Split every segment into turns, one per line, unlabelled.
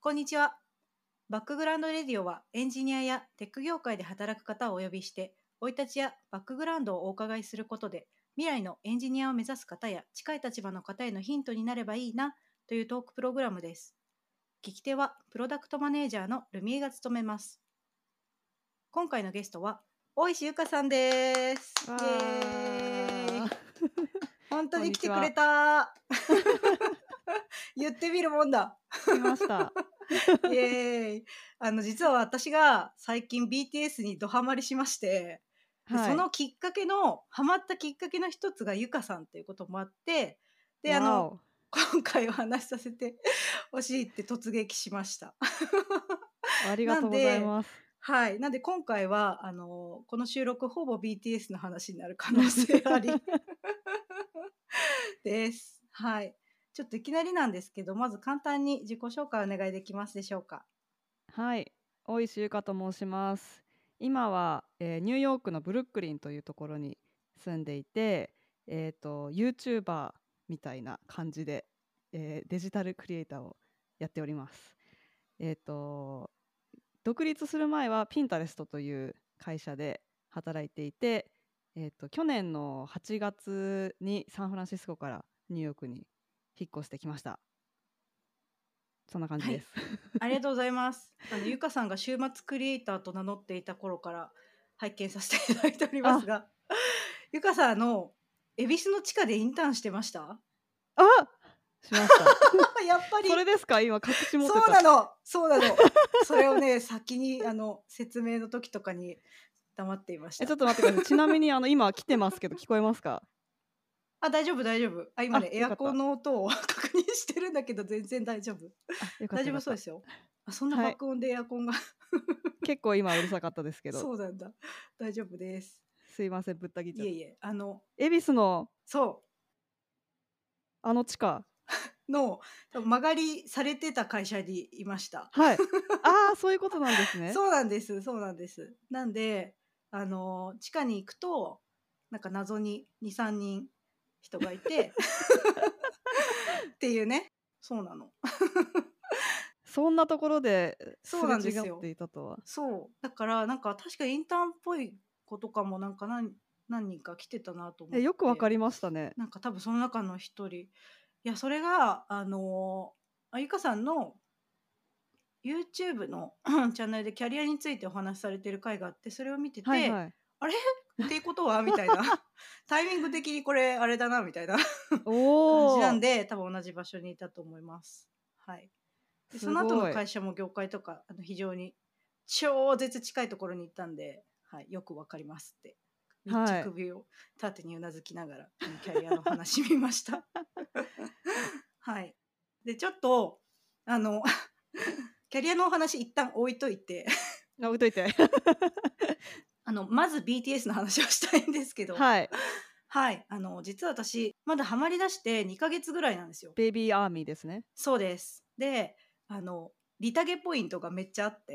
こんにちは。バックグラウンドレディオはエンジニアやテック業界で働く方をお呼びして、生い立ちやバックグラウンドをお伺いすることで、未来のエンジニアを目指す方や近い立場の方へのヒントになればいいなというトークプログラムです。聞き手はプロダクトマネージャーのルミエが務めます。今回のゲストは大石ゆかさんです。
わ
イエーイ。
ー
本当
こん
に来てくれ
にちは。
た。言ってみるもんだ。
来ました。
イエーイ。実は私が最近 BTS にドハマりしまして、でそ
はい。
のきっかけのハマったきっかけの一つがゆかさんということもあって、で
わお。
今回お話しさせてほしいって突撃しました。な
ありがとうござい
んで、
ます。
はい、なんで今回はこの収録ほぼ BTS の話になる可能性ありです。はい。ちょっといきなりなんですけど、まず簡単に自己紹介お願いできますでしょうか。
はい。大石ゆかと申します。今は、ニューヨークのブルックリンというところに住んでいて、YouTuber みたいな感じで、デジタルクリエイターをやっております。独立する前は Pinterest という会社で働いていて、去年の8月にサンフランシスコからニューヨークに引っ越してきました。そんな感じ
はい。
です。
ありがとうございます。ゆかさんが週末クリエイターと名乗っていた頃から拝見させていただいております
あ、
が、ゆかさん、恵比寿の地下でインターンしてました？
あ、しました。
やっぱり、
それですか？今隠し持って
そう
た。
なの、そうなの。それをね、先に説明の時とかに黙っていまし
ちょ
た。
っと待ってください。ちなみに今来てますけど聞こえますか？
あ、大丈夫大丈夫。あ、今
あ、
ね、エアコン
よかった。
の音を確認してるんだけど、全然大丈夫。
あ、よかっ
大丈
たよかった。
夫そうですよ。あ、そんな
はい。
爆音でエアコンが
結構今うるさかったですけど、
そうなんだ。大丈夫です。
すいません、ぶった切っちゃって。
いえいえ、
恵比寿の
そ
地下。
う、多分間借りされてた会社にいました。
はい。ああ、そういうことなんですね。
そうなんです、そうなんです。なんで、地下に行くと、なんか謎に2、3人人がいてっていうね。そうなの。
そんなところです
そうな
れ違っ
んですよ。
ていたとは。
そう。だからなんか確かインターンっぽい子とかもなんか何人か来てたなと思っ
よくわか
て、
りましたね。
なんか多分その中の一人。いや、それが、ゆかさんの YouTube のチャンネルでキャリアについてお話しされてる回があって、それを見てて、
はいはい。
あれっていうことはみたいな。タイミング的にこれあれだなみたいな
お
感じなん
お、
で、多分同じ場所にいたと思います。はい。で、その後の
すごい。
会社も業界とか、非常に超絶近いところに行ったんで、はい、よくわかりますって。めっちゃ
はい。
首を縦にうなずきながら、キャリアの話見ました。はい。で、ちょっと、あの、キャリアのお話一旦置いといて
置いといて。
まず BTS の話をしたいんですけど、
はい。
はい、実は私、まだハマりだして2ヶ月ぐらいなんですよ。
ベイビーアーミーですね。
そうです。で、利タゲポイントがめっちゃあって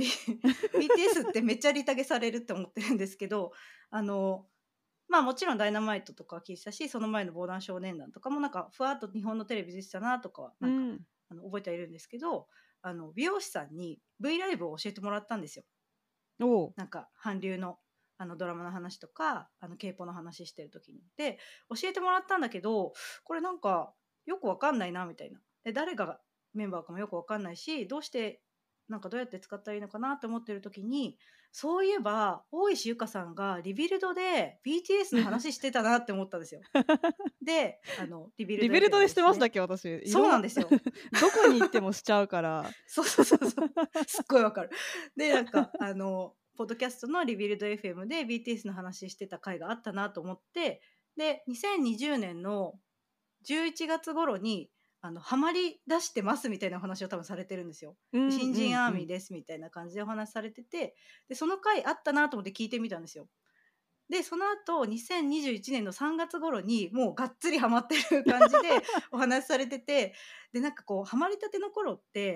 、BTS ってめっちゃ利タゲされるって思ってるんですけど、あの、まあもちろんダイナマイトとかは聞いてたし、その前の防弾少年団とかもなんかふわっと日本のテレビ出てたなとかはなんか
うん。
覚えてはいるんですけど、美容師さんに V ライブを教えてもらったんですよ。
おお。
なんか韓流のドラマの話とかK-POP の話してる時に。で、教えてもらったんだけど、これなんかよくわかんないなみたいな。で、誰がメンバーかもよくわかんないし、どうしてなんかどうやって使ったらいいのかなって思ってる時に、そういえば大石ゆかさんがリビルドで BTS の話してたなって思ったんですよ。で、リビルド
リベルト
FM
でしてましたっ
ですね。
け？私。
そうなんですよ。
どこに行ってもしちゃうから。
そうそうそうそう。すっごいわかる。で、なんか、ポッドキャストのリビルド FM で BTS の話してた回があったなと思って、で、2020年の11月頃に、ハマり出してますみたいなお話を多分されてるんですよ。で、
うん
新人アーミー
うんうん。
ですみたいな感じでお話されてて、で、その回あったなと思って聞いてみたんですよ。で、その後、2021年の3月頃に、もうがっつりハマってる感じでお話しされてて、で、なんかこう、ハマりたての頃って、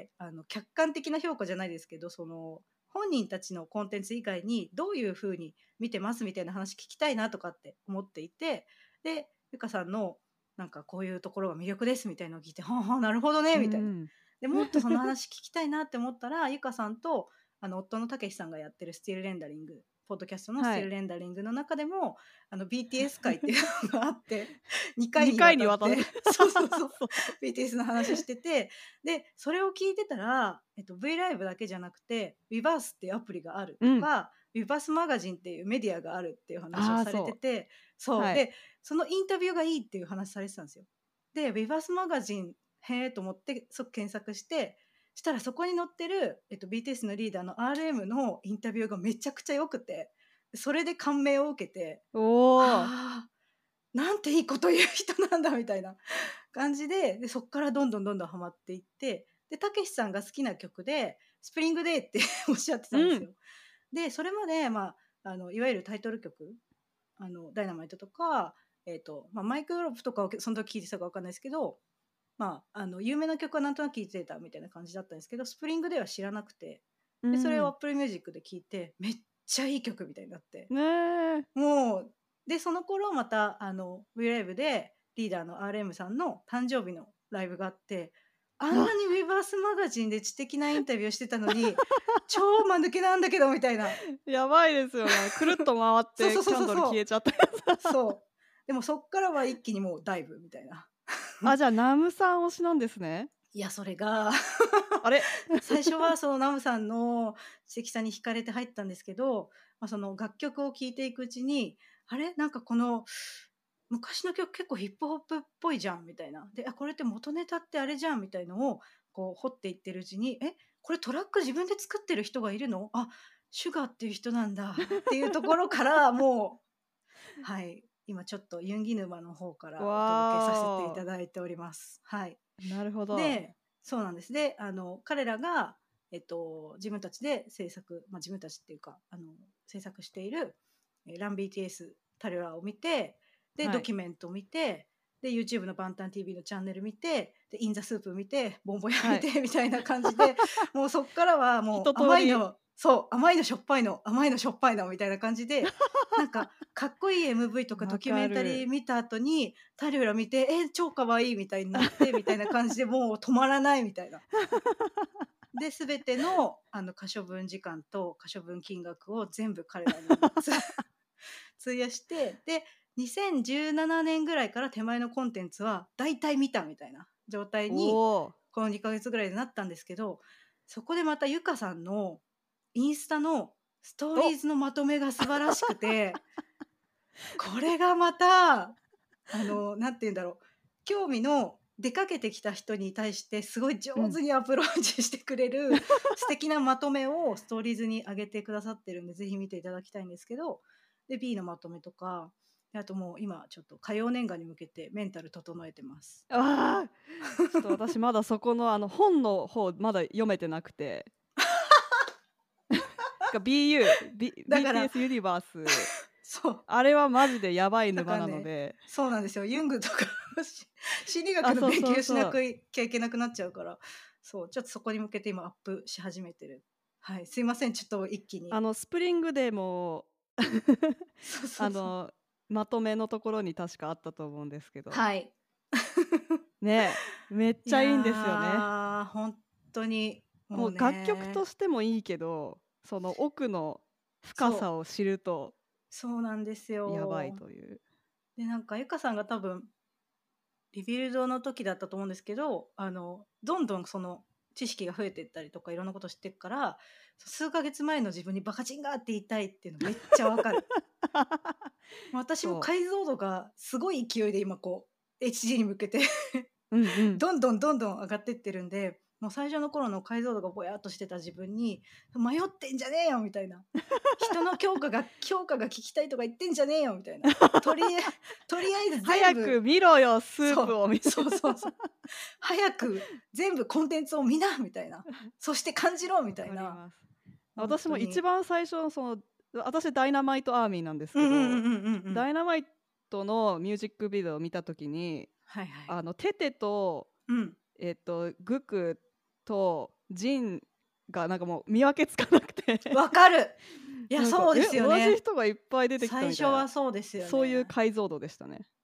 客観的な評価じゃないですけど、本人たちのコンテンツ以外に、どういう風に見てますみたいな話聞きたいなとかって思っていて、で、ゆかさんの、なんかこういうところが魅力ですみたいなのを聞いて、はあはあ、なるほどね、
うんう
みたいな。
ん。
でもっとその話聞きたいなって思ったらゆかさんと夫のたけしさんがやってるスティールレンダリングポッドキャストのスティールレンダリングの中でも、BTS 会っていうのがあって2回にわたってそうそうそうBTS の話しててでそれを聞いてたら、V ライブだけじゃなくて Weverse っていうアプリがあるとか、Weverse マガジンっていうメディアがあるっていう話をされててそう、でそのインタビューがいいっていう話されてたんですよ。で Weverse マガジンへえと思って即検索してしたらそこに載ってる、BTS のリーダーの RM のインタビューがめちゃくちゃ良くてそれで感銘を受けてなんていいこと言う人なんだみたいな感じでそこからどんどんハマっていってでたけしさんが好きな曲でスプリングデーっておっしゃってたんですよ。でそれまで、いわゆるタイトル曲ダイナマイトとか、マイクロロープとかをその時聴いてたか分かんないですけど有名な曲はなんとなく聴いてたみたいな感じだったんですけどスプリングでは知らなくてでそれを Apple Music で聴いてめっちゃいい曲みたいになってもうでその頃またV ライブでリーダーの RM さんの誕生日のライブがあってあんなに Weverse マガジンで知的なインタビューをしてたのに超間抜けなんだけどみたいな
やばいですよねくるっと回ってキャンドル消えちゃった
そうでもそっからは一気にもうダイブみたいな
じゃあナムさん推しなんですね。
いやそれが
あれ
最初はそのナムさんの知的さに惹かれて入ったんですけど、その楽曲を聴いていくうちにあれなんかこの昔の曲結構ヒップホップっぽいじゃんみたいなでこれって元ネタってあれじゃんみたいのをこう掘っていってるうちにこれトラック自分で作ってる人がいるのシュガーっていう人なんだっていうところからもうはい今ちょっとユンギ沼の方からお届けさせていただいております。はい、
なるほど。
でそうなんです。で彼らが、自分たちで制作、自分たちっていうか制作しているラン BTS タレラを見てで、ドキュメントを見てで YouTube のバンタン TV のチャンネル見てでインザスープ見てボンボヤ見て、みたいな感じでもうそっからはもう甘いのしょっぱいの甘いのしょっぱいのみたいな感じでなんかかっこいい MV とかドキュメンタリー見た後にタレラ見て超かわいいみたいになってみたいな感じでもう止まらないみたいなで全ての可処分時間と可処分金額を全部彼らに費やしてで2017年ぐらいから手前のコンテンツは大体見たみたいな状態にこの2ヶ月ぐらいでなったんですけどそこでまたゆかさんのインスタのストーリーズのまとめが素晴らしくてこれがまたなんて言うんだろう興味の出かけてきた人に対してすごい上手にアプローチしてくれる素敵なまとめをストーリーズに上げてくださってるんでぜひ見ていただきたいんですけどで B のまとめとかあともう今ちょっと火曜年賀に向けてメンタル整えてます。
ちょっと私まだそこの本の方まだ読めてなくてBTS ユニバースそうあれはマジでやばい沼なので、
そうなんですよユングとか心理学の勉強しなきゃいけなくなっちゃうからそうちょっとそこに向けて今アップし始めてる。はいすいませんちょっと一気に
スプリングデーもまとめのところに確かあったと思うんですけど
はい
ねめっちゃいいんですよね。
本当に
もう楽曲としてもいいけどその奥の深さを知ると
そうなんですよ
やばいという。
でなんかゆかさんが多分リビルドの時だったと思うんですけどどんどんその知識が増えていったりとかいろんなこと知ってるから数ヶ月前の自分にバカチンガーって言いたいっていうのめっちゃわかる私も解像度がすごい勢いで今こう HG に向けてどんどん上がってってるんでもう最初の頃の解像度がぼやっとしてた自分に迷ってんじゃねえよみたいな人の評価が聞きたいとか言ってんじゃねえよみたいなとりあえず
早く見ろよスープを見て
そう早く全部コンテンツを見なみたいなそして感じろみたいな。
私も一番最初のその私ダイナマイトアーミーなんですけどダイナマイトのミュージックビデオを見た時に、テテと、グクとジンがなんかもう見分けつかなくて
わかるいやそうですよね
同じ人がいっぱい出てきたみたいな
最初はそうですよね
そういう解像度でしたね。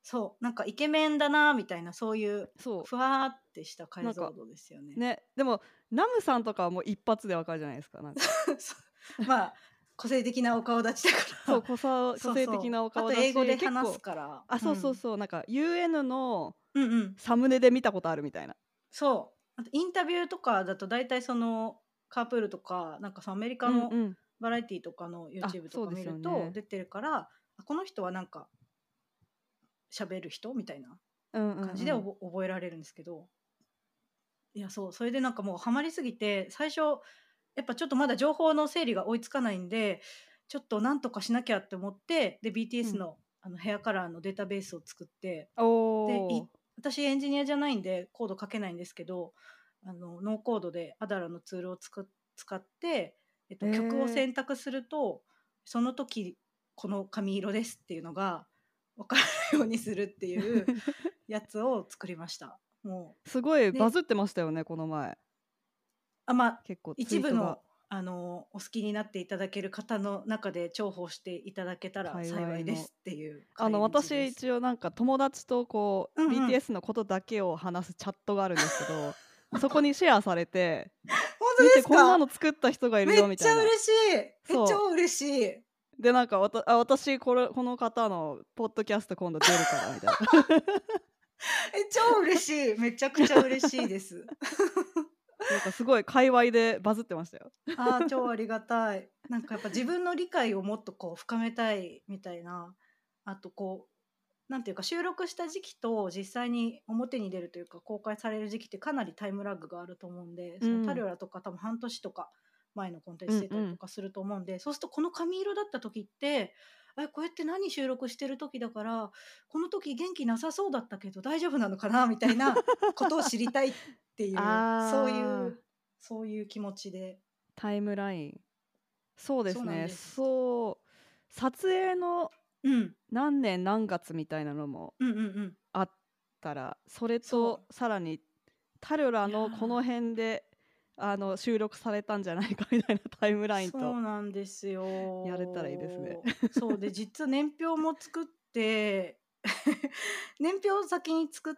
そうなんかイケメンだなみたいな、そういう
そ
ふわーってした
うなんか
解像度ですよね。
ね、でもナムさんとかはもう一発でわかるじゃないですか。なんか
そうまあ個性的なお顔立ちだか
そう
ら
個
そう
性的なお
そうあと
顔だ
英語で
し、結構
話すから、
あ、そうそう
うん、
そう、なんか UN の
うんうん
サムネで見たことあるみたいな。
そうあとインタビューとかだと大体そのカープールとかなんかアメリカの
うんうん。
バラエティとかの
あ、
YouTube と
そうで
か見る
すよね。
と出てるから、あこの人はなんか喋る人みたいな
うんうん
感じで
うん。
覚えられるんですけど、いやそうそれでなんかもうハマりすぎて最初やっぱちょっとまだ情報の整理が追いつかないんで、ちょっとなんとかしなきゃって思って、で
う
BTS
ん。
のヘアカラーのデータベースを作って、
お
で
お。
私エンジニアじゃないんでコード書けないんですけど、ノーコードでアダラのツールを使って、
え
曲を
え。
選択するとその時この髪色ですっていうのが分かるようにするっていうやつを作りました。も
すごい
うで
バズってましたよね、この前。
まあ、
結構ツイートが
一部の、お好きになっていただける方の中で重宝していただけたら
界
幸いで
隈の。
すっていう感じ
私
です。
一応なんか友達とこう
うんうん。
BTS のことだけを話すチャットがあるんですけど、そこにシェアされて、
本当で
見てこんな
すか？
の作った人がいる
めっちゃ
よみたいな。
嬉しい。
そ
超嬉しい。
う。で、なんか私この方のポッドキャスト今度出るからみたいな。
超嬉しい。めちゃくちゃ嬉しいです。
なんかすごい界隈でバズってましたよ。
ああ、超ありがたい。なんかやっぱ自分の理解をもっとこう深めたいみたいな、あとこうなんていうか収録した時期と実際に表に出るというか公開される時期ってかなりタイムラグがあると思うんで、そのタリ
うん。
オラとか多分半年とか前のコンテンツ出たりと
うんうん。
かすると思うんで、そうするとこの髪色だった時ってこうやって何収録してる時だからこの時元気なさそうだったけど大丈夫なのかなみたいなことを知りたいっていう
ああ、
そういう気持ちで。
タイムライン。そうで
そうなん
すね。
です。
撮影の
うん
何年何月みたいなのも
うんうんうん。
あったら、それ
そう
とさらにタルラ
いや
のこの
ー
辺で収録されたんじゃないかみたいなタイムラインと
そうなんです
やれたらいいですね。
よ。そうで、実は年表も作って年表を先に作って、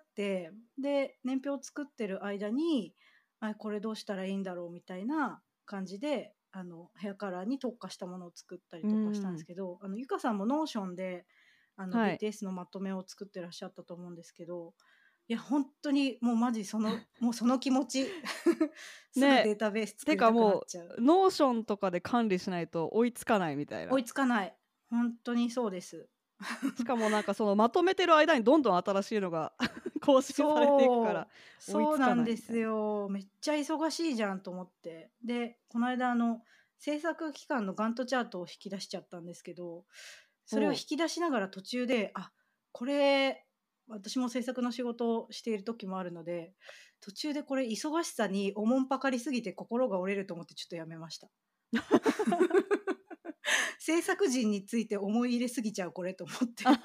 で、年表を作ってる間に、これどうしたらいいんだろうみたいな感じで、ヘアカラーに特化したものを作ったり
う
とかしたんです
ん。
けど、ゆかさんもノーションで、
はい。
BTS のまとめを作ってらっしゃったと思うんですけど、いや、本当にもうマジもうその気持ちすぐ
ね、
データベース作
て
りたくなっ
かも
ちゃう。
うノーションとかで管理しないと追いつかないみたい
追
な。
いつかない。本当にそうです。
しかもなんかそのまとめてる間にどんどん新しいのが更新されていくから追い
そう
つか
なんです
ないみたいな。
よ。めっちゃ忙しいじゃんと思って。で、この間制作期間のガントチャートを引き出しちゃったんですけど、それを引
おう。
き出しながら途中で、これ、私も制作の仕事をしている時もあるので、途中でこれ忙しさにおもんぱかりすぎて心が折れると思ってちょっとやめました。制作陣について思い入れすぎちゃうこれと思って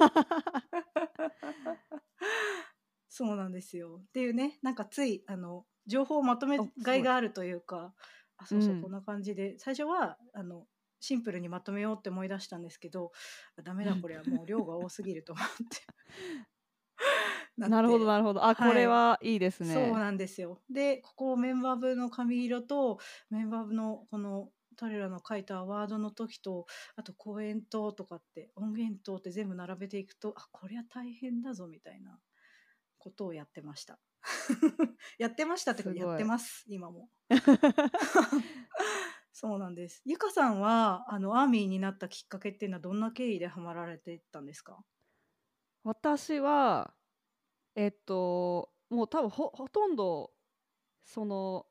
そうなんですよっていうね、なんかつい情報をまとめ
お、すごい。
がいがあるというか、そうそうこん
うん。
な感じで最初はシンプルにまとめようって思い出したんですけど、ダメだこれはもう量が多すぎると思ってなっ
なるほど
て、
なるほど。これ
はい、
はいいです
そう
ね。
なんですよ。でここメンバー部の髪色とメンバー部のこの彼らの書いたワードの時と、あと公演とかって音源とって全部並べていくと、こりゃ大変だぞみたいなことをやってましたやってましたってかやっ
すごい。
てます今もそうなんです。ゆかさんはアーミーになったきっかけっていうのはどんな経緯でハマられていったんですか？
私はもう多分ほとんどその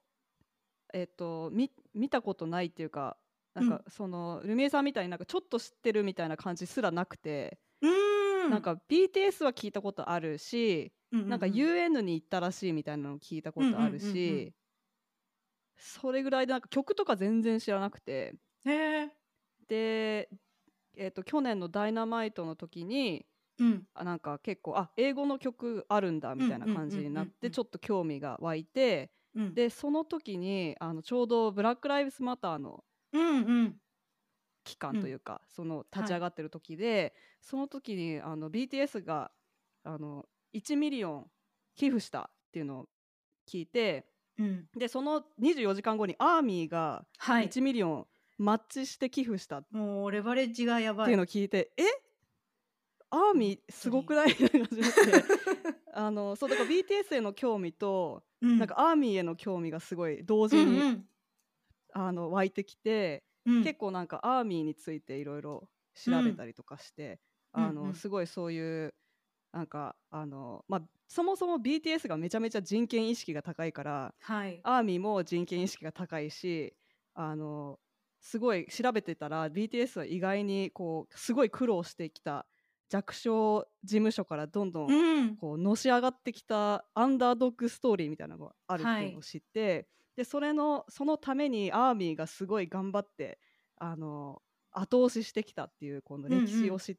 見たことないっていうか、なんか
うん
そのルミエさんみたいになんかちょっと知ってるみたいな感じすらなくて、
うーん
なんか BTS は聞いたことあるし、
うんうんう
なんか
ん
UN に行ったらしいみたいなの聞いた
うんうん
ことある
うんうん
し、それぐらいでなんか曲とか全然知らなくて、
へえ
で、去年のダイナマイトの時に
うん
なんか結構英語の曲あるんだみたいな
うんうん
感じになっ
うんうん
てちょっと興味が湧いて、
うん
でその時にちょうどブラック・ライブズ・マターの
うんうん
期間
うん
というかその立ち
はい
上がってる時で、その時にBTS が 1ミリオン寄付したっていうのを聞いて、でその24時間後にアーミーが1ミリオンマッチして寄付したって
もうレバレッジがやばい。
いうのを聞いて、アーミーすごくないみたいな感じになってそうだから BTS への興味と、なんかアーミーへの興味がすごい同時に、湧いてきて、結構なんかアーミーについていろいろ調べたりとかして、すごいそういうなんかそもそも BTS がめちゃめちゃ人権意識が高いから、アーミーも人権意識が高いし、すごい調べてたら BTS は意外にこうすごい苦労してきた弱小事務所からどんどんこうのし上がってきたアンダードッグストーリーみたいなのがあるっていうのを知って、でそのためにアーミーがすごい頑張って後押ししてきたっていうこの歴史を知って、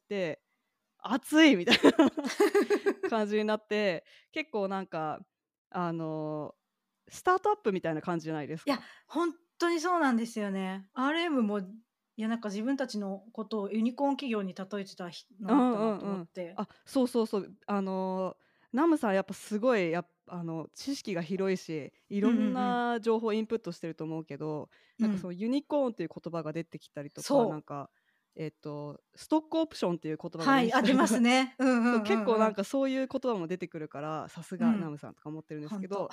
熱いみたいな感じになって結構なんかスタートアップみたいな感じじゃないですか。
いや本当にそうなんですよね。RM もいやなんか自分たちのことをユニコーン企業に例えてたのあったなと思って。
そうナムさんやっぱすごい知識が広いしいろんな情報インプットしてると思うけど、なんかそのユニコーンっていう言葉が出てきたりとか、なんかストックオプションっていう言葉が出てきたりとか、
出ますね。
結構なんかそういう言葉も出てくるからさすがナムさんとか思ってるんですけど、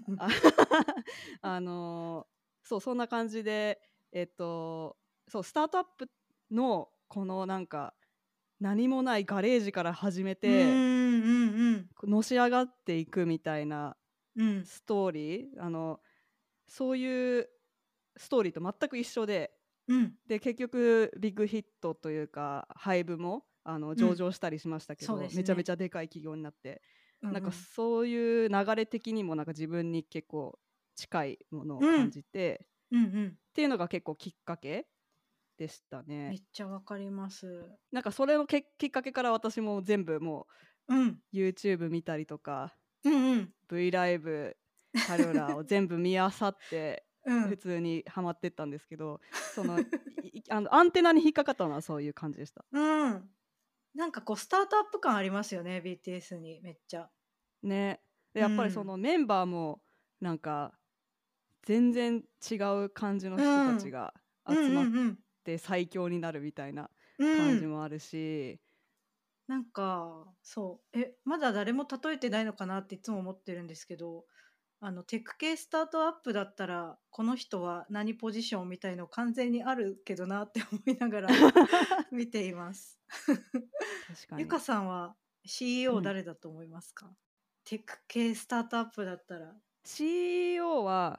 そうそんな感じでそうスタートアップのこのなんか何もないガレージから始めてのし上がっていくみたいなストーリー、そういうストーリーと全く一緒で、で結局ビッグヒットというかハイブも上場したりしましたけど、めちゃめちゃでかい企業になって、なんかそういう流れ的にもなんか自分に結構近いものを感じて、っていうのが結構きっかけでしたね。
めっちゃわかります。
なんかそれのきっかけから私も全部もう、YouTube 見たりとか、V ライブ彼らを全部見漁って普通にハマってったんですけど、そのアンテナに引っかかったのはそういう感じでした。
なんかこうスタートアップ感ありますよね BTS にめっちゃ。
ね。でやっぱりそのメンバーもなんか全然違う感じの人たちが集まって最強になるみたいな感じもあるし、
なんかそうまだ誰も例えてないのかなっていつも思ってるんですけど、テック系スタートアップだったらこの人は何ポジションみたいの完全にあるけどなって思いながら見ています。
確かに。
ゆかさんは CEO 誰だと思いますか？テック系スタートアップだったら。
CEO は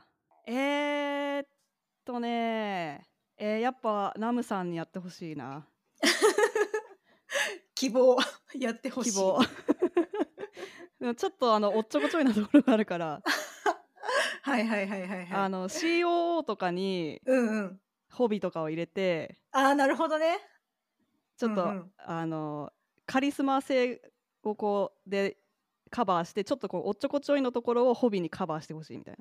やっぱナムさんにやってほしいな。
希望やってほしい。
希望でもちょっとおっちょこちょいなところがあるからCOO とかにホビとかを入れて、
なるほどね。
ちょっと、カリスマ性をこうでカバーして、ちょっとこうおっちょこちょいのところをホビにカバーしてほしいみたいな。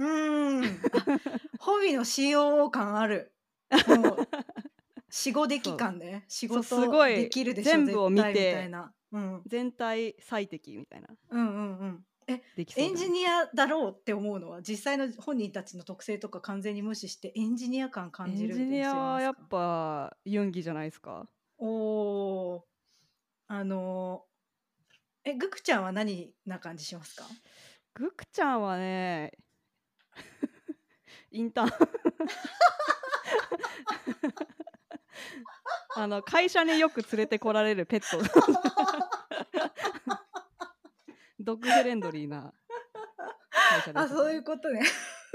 ホビの COO 感ある。もう仕事でき感ね。仕事できるでしょ
全部を見て
絶対みたいな、
全体最適みたいな。
エンジニアだろうって思うのは実際の本人たちの特性とか完全に無視してエンジニア感感じるみたいな人いますか？
エンジニアはやっぱユンギじゃないですか。
グクちゃんは何な感じしますか？
グクちゃんはねインターン会社によく連れてこられるペットドッグフレンドリーな会社です、ね。
そういうことね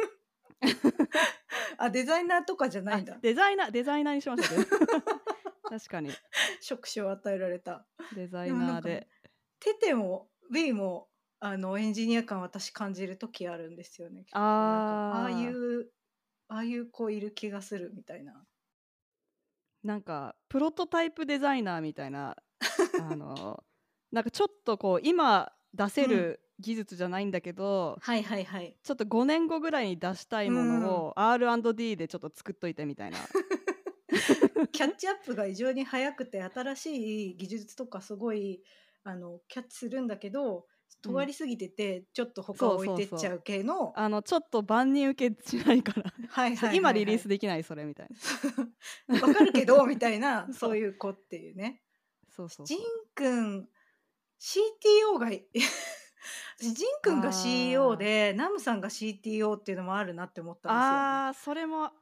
デザイナーとかじゃないんだ。
デザイナーにしましたけど確かに
職種を与えられた
デザイナーで。
テテも V もエンジニア感私感じる時あるんですよね。ああいう子いる気がするみたいな。
なんかプロトタイプデザイナーみたいななんかちょっとこう今出せる技術じゃないんだけど、ちょっと5年後ぐらいに出したいものを R&D でちょっと作っといてみたいな
キャッチアップが異常に早くて新しい技術とかすごいキャッチするんだけど尖りすぎてて、ちょっと他
そう
を置い
そうそう
てっちゃう系の
ちょっと万人受けしないから
はいはい
今リリー
はいはい
スできないそれみたい
わかるけどみたいな
な
そういう子っていうね。ジン
そうそうそう
くん CTO が私ジンくんが CEO でナムさんが CTO っていうのもあるなって思ったんですよね。
それも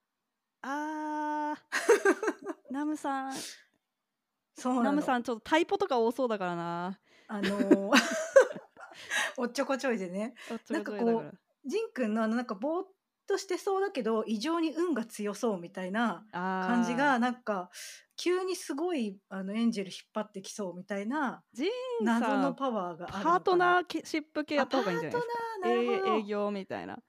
ナムさん
そうなの。
ちょっとタイポとか多そうだからな
あのーおっちょこちょいでね。
おっちょ
なんか
こちょいだから
こうジンくんのなんかぼーっとしてそうだけど異常に運が強そうみたいな感じがなんか急にすごいエンジェル引っ張ってきそうみたいな
ジン
謎の
さん
パワーがある
パート
のかな。
ナーシップ系やった方がいいんじゃないですか
パートナーなるほど
営業みたいな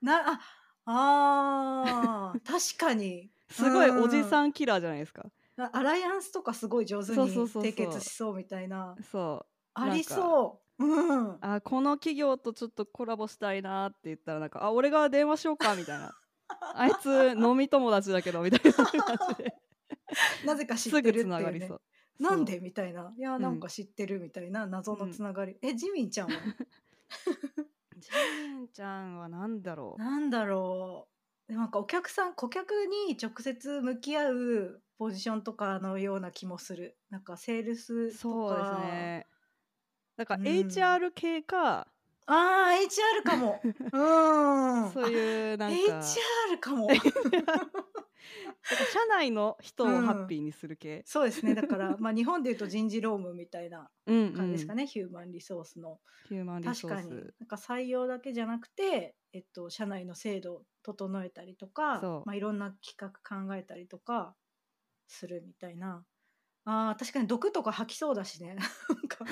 確かに。
すごいおじ
ん。
さんキラーじゃないですか
アライアンスとかすごい上手
そうそう
に締
そうそう
結しそうみたいな。
そう
あり
なんか
そう。うん。
この企業とちょっとコラボしたいなって言ったらなんか俺が電話しようかみたいなあいつ飲み友達だけどみたいな感じで
なぜか知っ
すぐ
てるっていうね。
つながりそう
なんでみたいな。いや、
うん
なんか知ってるみたいな謎のつながり。ジミンちゃんは
ジミンちゃんはなんだろ
なんだろう。なんか顧客に直接向き合うポジションとかのような気もする。なんかセール
う
スと
そうです
か。
ねだから
うん。
HR 系か
HR かも。
そういうなんか
HR かも。
だから社内の人をハッピーにする系
そうですね。だから日本でいうと人事労務みたいな
うん
感じですかね。ヒューマンリソースの。
ヒューマンリ
確かに
ソース
なんか採用だけじゃなくて、社内の制度を整えたりとか、
そう
いろんな企画考えたりとかするみたいな。確かに毒とか吐きそうだしね。なんか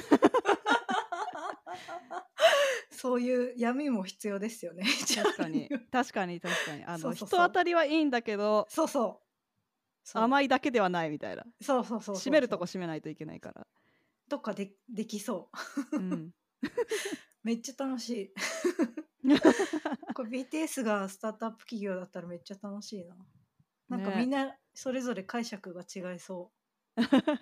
そういう闇も必要ですよね。
確かに確かに
そうそうそう
人当たりはいいんだけど
そうそう
甘いだけではないみたいな
そうそうそうそう
締めるとこ締めないといけないから
とかできそう
うん
めっちゃ楽しいこれ BTS がスタートアップ企業だったらめっちゃ楽しいな。なんかみんなそれぞれ解釈が違いそう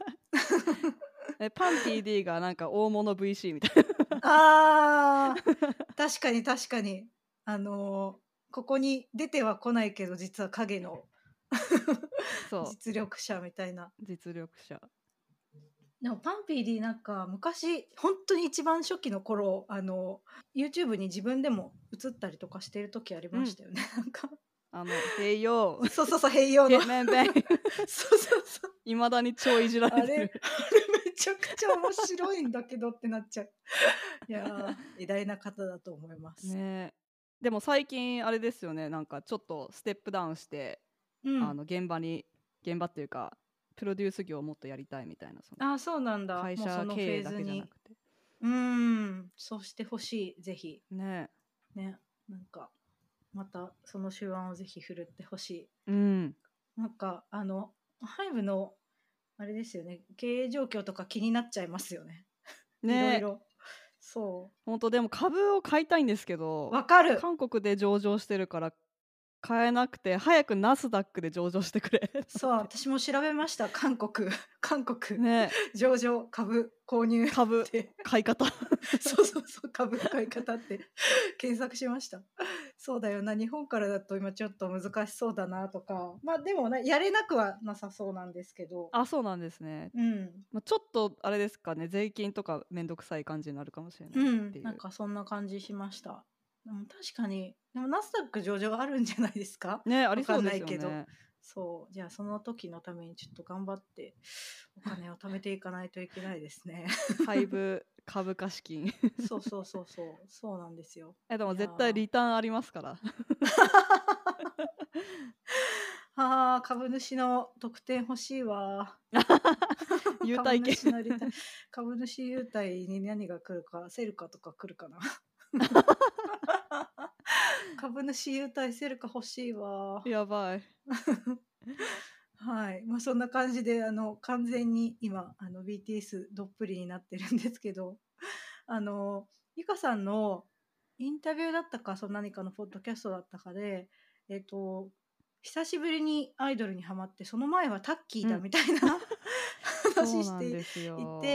パン PD がなんか大物 VC みたいな
確かに確かにここに出ては来ないけど実は影の
そう
実力者みたいな。
実力者
でもパン PD なんか昔本当に一番初期の頃YouTube に自分でも映ったりとかしてる時ありましたよね、なんか
へいよ
そう併用の
めんべん
そう
いまだに超いじられてる
あれめちゃくちゃ面白いんだけどってなっちゃういや偉大な方だと思います
ね。でも最近あれですよねなんかちょっとステップダウンして、現場っていうかプロデュース業をもっとやりたいみたいな
そうなんだ。
会社経営だけじゃなくて
そうしてほしいぜひ
ね
なんかまたその手腕をぜひ振るってほしい。
なん
かハイブのあれですよね経営状況とか気になっちゃいますよね。いろいろそう
本当でも株を買いたいんですけど
わかる
韓国で上場してるから買えなくて早くナスダックで上場してくれ
そう私も調べました韓国
ね
上場株購入
株買い方
そう株買い方って検索しましたそうだよな日本からだと今ちょっと難しそうだなとかでもやれなくはなさそうなんですけど
そうなんですねちょっとあれですかね税金とかめんどくさい感じになるかもしれないっていう
なんかそんな感じしました。でも確かにでもナスダック上場あるんじゃないですか
ねありそうですよ
わかんないけど
ね
そうじゃあその時のためにちょっと頑張ってお金を貯めていかないといけないですね
ハイブ株価資金
そうなんですよ。
でも絶対リターンありますから
株主の特典欲しいわ
優待券
株主優待に何が来るかセルカとか来るかな株主優待セルカ欲しいわ
やばい
はいそんな感じで完全に今BTS どっぷりになってるんですけどゆかさんのインタビューだったか何かのポッドキャストだったかで久しぶりにアイドルにハマってその前はタッキーだみたいな、話していて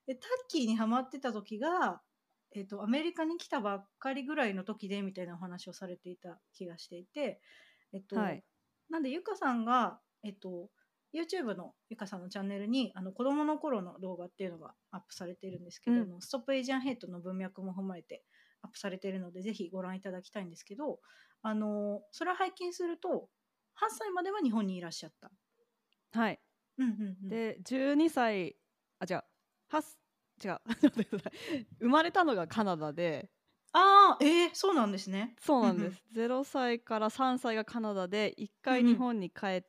でタッキーにハマってた時が、アメリカに来たばっかりぐらいの時でみたいなお話をされていた気がしていて、
はい
なんでゆかさんが、YouTube のゆかさんのチャンネルに子供の頃の動画っていうのがアップされているんですけど、ストップエイジアンヘイトの文脈も踏まえてアップされているのでぜひご覧いただきたいんですけど、それを拝見すると8歳までは日本にいらっしゃった。
はい、
うんうんうん、
で12歳違う違う生まれたのがカナダで、
そうなんですね。
そうなんです、0歳から3歳がカナダで1回日本に帰って、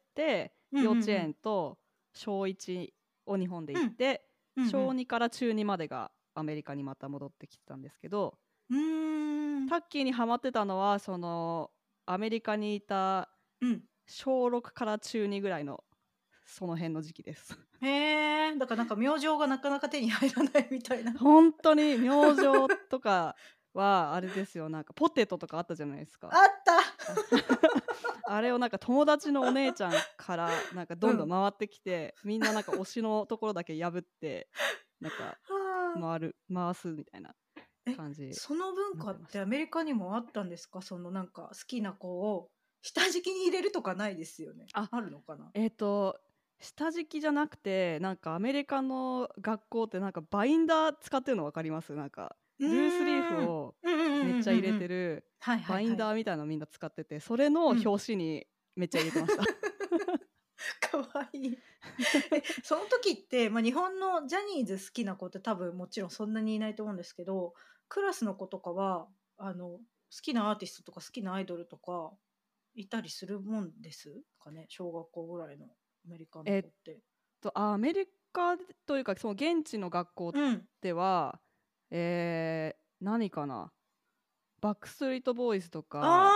幼稚園と小1を日本で行って、小2から中2までがアメリカにまた戻ってきてたんですけど、タッキーにハマってたのはそのアメリカにいた小6から中2ぐらいのその辺の時期です。
へえ、だからなんか明星がなかなか手に入らないみたいな。
本当に明星とかはあれですよ、なんかポテトとかあったじゃないですか。
あった
あれをなんか友達のお姉ちゃんからなんかどんどん回ってきて、みんななんか推しのところだけ破ってなんか回すみたいな感じ。
その文化ってアメリカにもあったんですか？そのなんか好きな子を下敷きに入れるとかないですよね。あるのかな？
下敷きじゃなくて、なんかアメリカの学校ってなんかバインダー使ってるの分かります？なんかルースリーフをめっちゃ入れてるバインダーみたいなのみんな使ってて、それの表紙にめっちゃ入れてました。
かわいい。その時って、日本のジャニーズ好きな子って多分もちろんそんなにいないと思うんですけど、クラスの子とかは好きなアーティストとか好きなアイドルとかいたりするもんですかね？小学校ぐらいのアメリカの子って。
アメリカというかその現地の学校では、何かな、バックストリートボーイズとか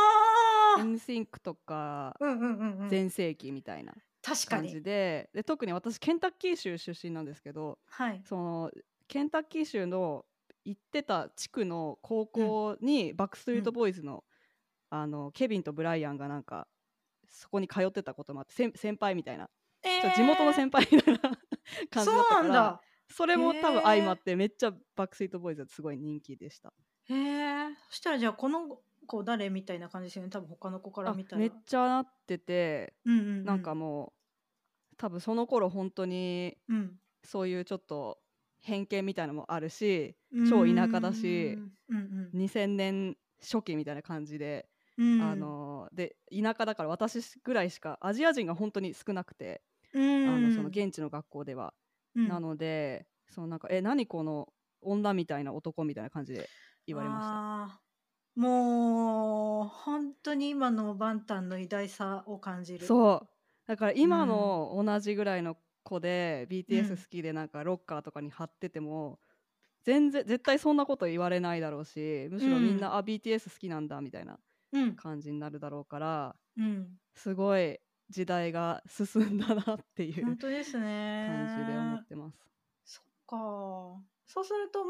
NSYNC とか全盛期みたいな感じで、特に私ケンタッキー州出身なんですけど、そのケンタッキー州の行ってた地区の高校にバックストリートボーイズの、ケビンとブライアンがなんかそこに通ってたこともあって、先輩みたいな、地元の先輩みたいな感じだったから、それも多分相まってめっちゃバックストリートボーイズはすごい人気でした。
へえ。そしたらじゃあこの子誰みたいな感じですよね。多分他の子から見たら。
めっちゃなってて、なんかもう多分その頃本当にそういうちょっと偏見みたいなのもあるし、超田舎だし、2000年初期みたいな感じで、で田舎だから私ぐらいしかアジア人が本当に少なくて、その現地の学校では、なのでそのなんか何この女みたいな男みたいな感じで言われました。
もう本当に今のバンタンの偉大さを感じる。
そうだから今の同じぐらいの子で BTS 好きでなんかロッカーとかに貼ってても全然絶対そんなこと言われないだろうし、むしろみんな、BTS 好きなんだみたいな感じになるだろうから、すごい時代が進んだなっていう
本当ですね
感じで思ってます。
そっか。そうすると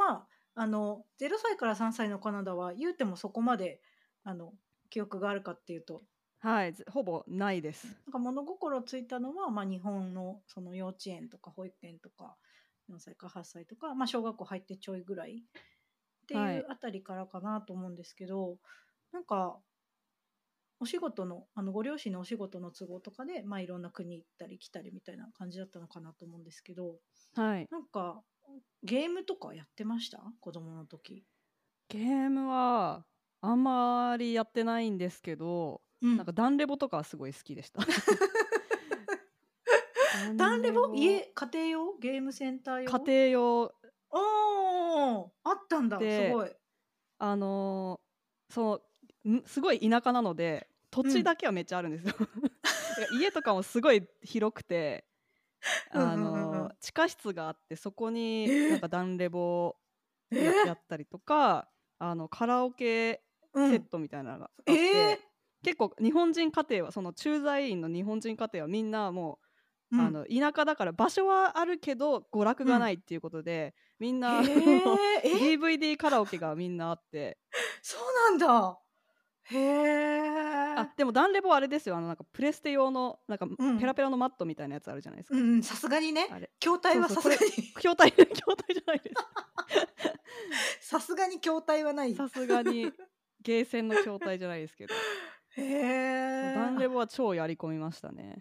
0歳から3歳のカナダは言うてもそこまで記憶があるかっていうと、
はい、ほぼないです。
なんか物心ついたのは、日本のその幼稚園とか保育園とか4歳か8歳とか、小学校入ってちょいぐらいっていうあたりからかなと思うんですけど、なんかお仕事のご両親のお仕事の都合とかで、いろんな国行ったり来たりみたいな感じだったのかなと思うんですけど、なんかゲームとかやってました？子供の時。
ゲームはあんまりやってないんですけど、なんかダンレボとかはすごい好きでした。
ダンレボ？家庭用？ゲームセンター用？
家庭用。
あったんだ。すごい。
すごい田舎なので土地だけはめっちゃあるんですよ。家とかもすごい広くて、地下室があってそこになんかダンレボやったりとか、カラオケセットみたいなのがあって、結構日本人家庭はその駐在員の日本人家庭はみんなもう、田舎だから場所はあるけど娯楽がないっていうことで、みんなDVD カラオケがみんなあって。
そうなんだ。へえ。 ー。
でもダンレボはあれですよ。なんかプレステ用のなんか
うん
ペラペラのマットみたいなやつあるじゃないですか。
うんうん、さすがにね。
あれ。
筐体は
そうそう、これ
さすがに
筐体筐体じゃないです。
さすがに筐体はない。
さすがにゲーセンの筐体じゃないですけど、
へ
ダンレ
え。
ボは超やり込みましたね。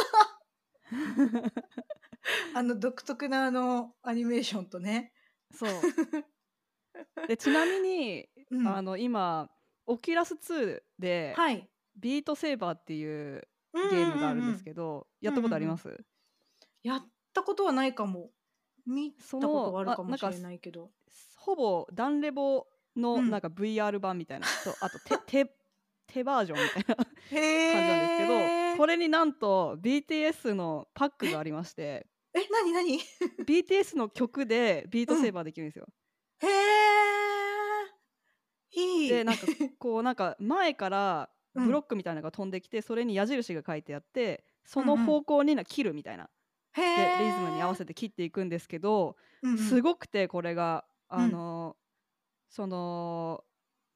独特なアニメーションとね。
そう。で、ちなみに
うん。
今オキュラス2で
はい。
ビートセーバーっていう
うん
ゲー
うん
ムがあるんです
うんうん。
けど、やった
うんうんうん。
ことあります？
やったことはないかも。見たことはあるかもし
なんか
れないけど。
ほぼダンレボ
うん。
のなんか VR 版みたいなと、あと手バージョンみたいな感じなんですけど、
へえ。
これになんと BTS のパックがありまして、
なになに？
BTS の曲でビート
うん。
セーバーできるんですよ。
へえ。い
で、
い。
なんかなんか前からブロッ
うん。
クみたいなのが飛んできて、それに矢印が書いてあって、その
うんうん。
方向に切るみたいな。
へ
で、リズムに合わ
え。
せて切っていくんですけど、す
うんうん。
ごくてこれが、
うん。
その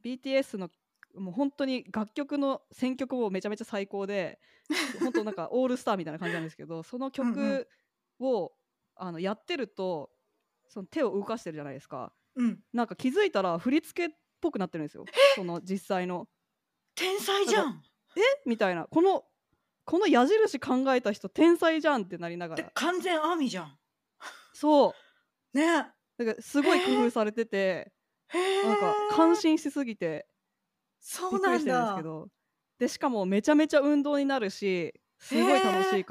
BTS のもう本当に楽曲の選曲もめちゃめちゃ最高で、本当なんかオールスターみたいな感じなんですけど、その
うんうん。
曲をやってると、その手を動かしてるじゃないですか。
うん。
なんか気づいたら振り付けっぽくなってるんですよ。その実際の。
天才
なんか
じゃん。
みたいな、この矢印考えた人天才じゃんってなりながら。
完全アーミーじゃん。
そう。
ね。
だからす
へ
ごい工夫
え。
されてて、
へ
なんか感
え。
心しすぎて
そうな
びっくりしてるんですけ
んだ。
ど、で、しかもめちゃめちゃ運動になるし、
へ
すごい楽しい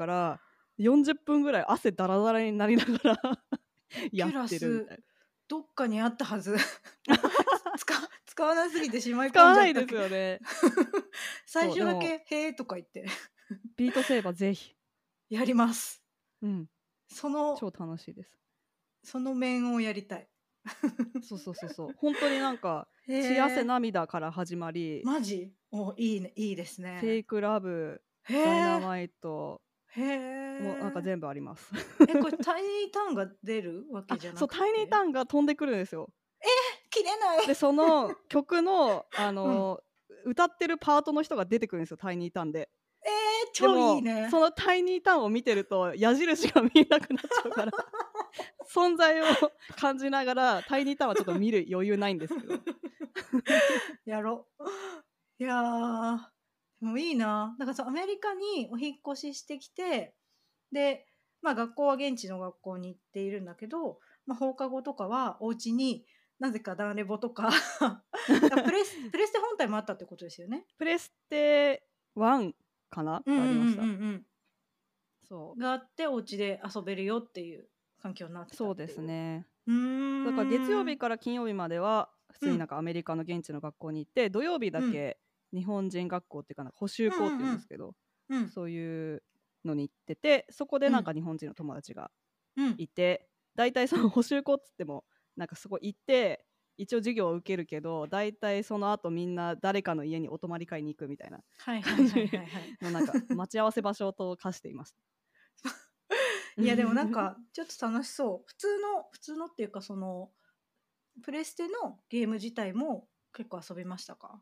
え。
から、40分ぐらい汗だらだらになりながらやっ
オキュラス、
てるみたいな。
どっかにあったはず。もう、使わなすぎてしまい
使
込ん
わないです
じゃったけど。
よね。
最
そう、でも、
初だけ「へえ」とか言って
ビートセーバーぜひ。
やります。
うん、
その
超楽しいです。
その面をやりたい。
そうそうそうそう。ほんとになんか、
へ
血汗
え、
涙から始まり、
マジ？いいね、いいですね。
フェイクラブ、
へ
ダイナ
え、
マイト、
へ
もうなんか
え。
全部あります。
これタイニーターンが出るわけじゃな
そう、タイニータ
くて？
ーンが飛んでくるんですよ。
切れない。
で、その曲の、
うん。
歌ってるパートの人が出てくるんですよ、タイニーターンで。で
超いい
も、
ね。
そのタイニーターンを見てると、矢印が見えなくなっちゃうから、存在を感じながら、タイニーターンはちょっと見る余裕ないんですけど。
やろう。いやー、でもいいな。なんかアメリカにお引っ越ししてきて、で、学校は現地の学校に行っているんだけど、放課後とかはお家になぜかダンレボとかプレステ本体もあったってことですよね？
プレステ1かな
うんうんうん
がありました。
うん
そ
があって、お家で遊べるよっていう環境になっ
う、
てた
そうで
っていう。
すね。
うー
だから月曜
ん。
日から金曜日までは、普
うん。
通になんかアメリカの現地の学校に行って、土曜日だ
うん。
け日本人学校っていうかな、補習
うん
校っていうん
うんうん。
ですけど、
うん。
そういうのに行ってて、そこで
うん。
なんか日本人の友達が
うん。
いて、大体その補習校っつっても、なんかそこ行って、一応授業を受けるけど、大体その後みんな誰かの家にお泊まり会に行くみたいな
はいはいはい
感じ
はいはい。
のなんか待ち合わせ場所と化していました。
いや、でもなんか、ちょっと楽しそう。普通のっていうか、プレステのゲーム自体も結構遊びましたか？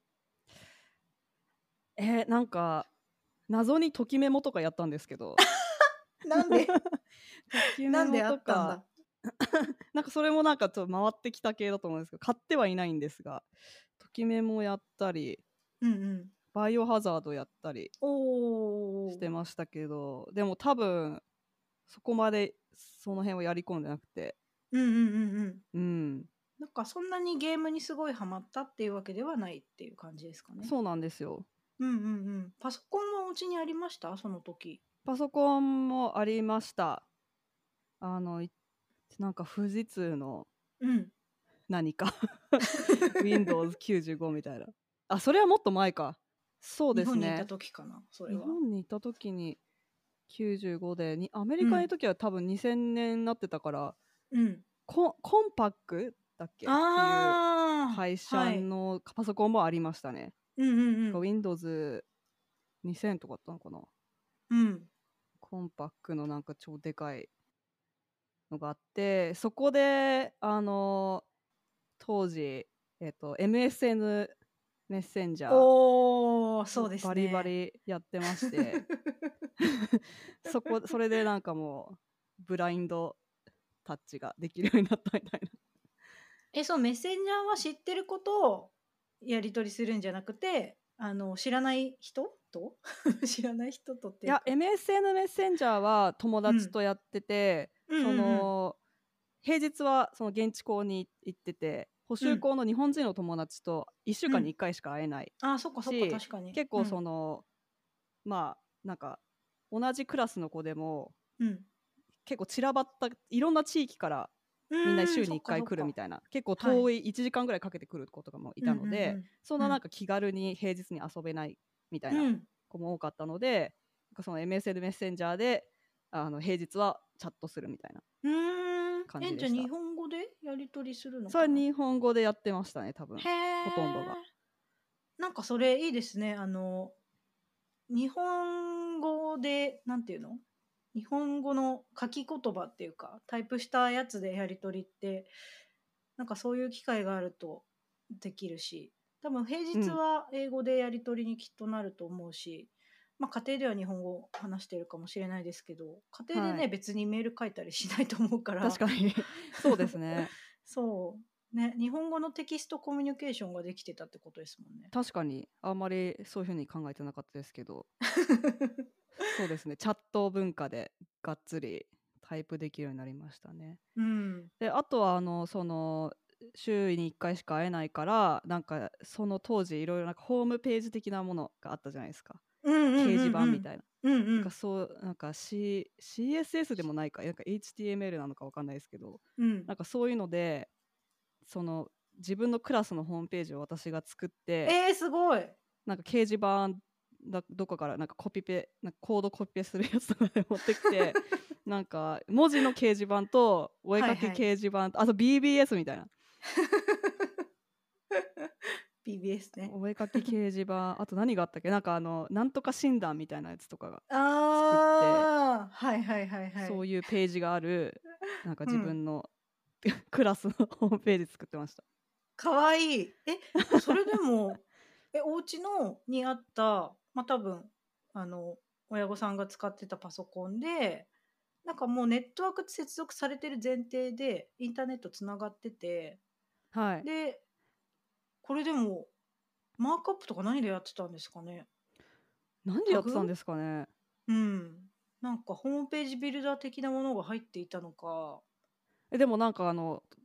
なんか謎にときメモとかやったんですけど
なんで
ときメモ
なんであ
とか
ったんだ？
なんかそれもなんかちょっと回ってきた系だと思うんですけど、買ってはいないんですが、ときメモやったり、
うんうん。
バイオハザードやったり
おお。
してましたけど、でも多分そこまでその辺をやり込んでなくて、
うんうんうんうん。
うん、
なんかそんなにゲームにすごいハマったっていうわけではないっていう感じですかね。
そうなんですよ。
うんうんうん。パソコンはお家にありました？その時。
パソコンもありました。いなんか富士通の
うん。
何かWindows 95みたいな。あ、それはもっと前か。そう
日本にいた
ですね。
時かな、それ
日
は。
本にいた時に95で、アメリカにいる
うん。
時は多分2000年になってたから、
うん。
コンパックだっけっていう
ああ、
会社
はい。
のパソコンもありましたね。
うんうんうん。
Windows 2000とかあったのかな。
うん。
コンパックのなんか超でかいのがあって、そこで当時、MSN メッセンジャー
おー、そうですね。
バリバリやってましてそれでなんかもうブラインドタッチができるようになったみたいな。
そう、メッセンジャーは知ってることをやり取りするんじゃなくて、知らない人と知らない人とって
いや、
いうか。
MSN メッセンジャーは友
うん。
達とやってて、
うんうんうん。
平日はその現地校に行ってて、補
うん。
習校の日本人の友達と1週間に
うん。
1回しか会えない
ああ、そっかそっか、
し、
確かに。
結構
うん。
まあ、なんか同じクラスの子でも
うん。
結構散らばったいろんな地域からみんな週
そっ
に1回
かそっか。
来るみたいな、結構
はい。
遠い1時間ぐらいかけてくる子とかもい
うんう
たので、
ん
そん
うん。
ななんか気軽に平日に遊べないみたいな
うん。
子も多かったので、なんかその MSN メッセンジャーで平日はチャットするみたいな
じゃあ日
感じでした。
本語でやり取りするの
それは
かな？
日本語でやってましたね、多分
へ
ほとんどが。
え。なんかそれいいですね。日本語で、なんていうの？日本語の書き言葉っていうか、タイプしたやつでやり取りって、なんかそういう機会があるとできるし、多分平日
うん、
は英語でやり取りにきっとなると思うし、家庭では日本語を話してるかもしれないですけど、家庭でね、
はい。
別にメール書いたりしないと思うから、
確かにそうですね。
そう、ね、日本語のテキストコミュニケーションができてたってことですもんね。
確かにあんまりそういう風に考えてなかったですけど、そうですね、チャット文化でがっつりタイプできるようになりましたね。
うん。
で、あとは週に1回しか会えないから、なんかその当時いろいろなんかホームページ的なものがあったじゃないですか。
うんうん
掲示
うんうん。
板みたいな。なんか
うんうん。
なんか、CSS でもないか、なんか HTML なのかわかんないですけど、
うん。
なんかそういうので、その自分のクラスのホームページを私が作って、
すごい。
なんか掲示板どこからなんかなんかコードコピペするやつとかで持ってきて、なんか文字の掲示板とお絵かき
はいはい。
掲示板と、あと BBS みたいな。
BBS ね。
お絵かき掲示板、あと何があったっけ、なんかなんとか診断みたいなやつとかが作って、
ああ、はいはいはいはい。
そういうページがある、なんか
うん。
自分のクラスのホームページ作ってました。
かわいい。それでも、お家にあった、多分、あの、親御さんが使ってたパソコンで、なんかもうネットワーク接続されてる前提で、インターネット繋がってて、
はい。
で、これでも、マークアップとか何でやってたんですかね？
何で
タグ？
やってたんですかね。
うん。なんかホームページビルダー的なものが入っていたのか。
でもなんか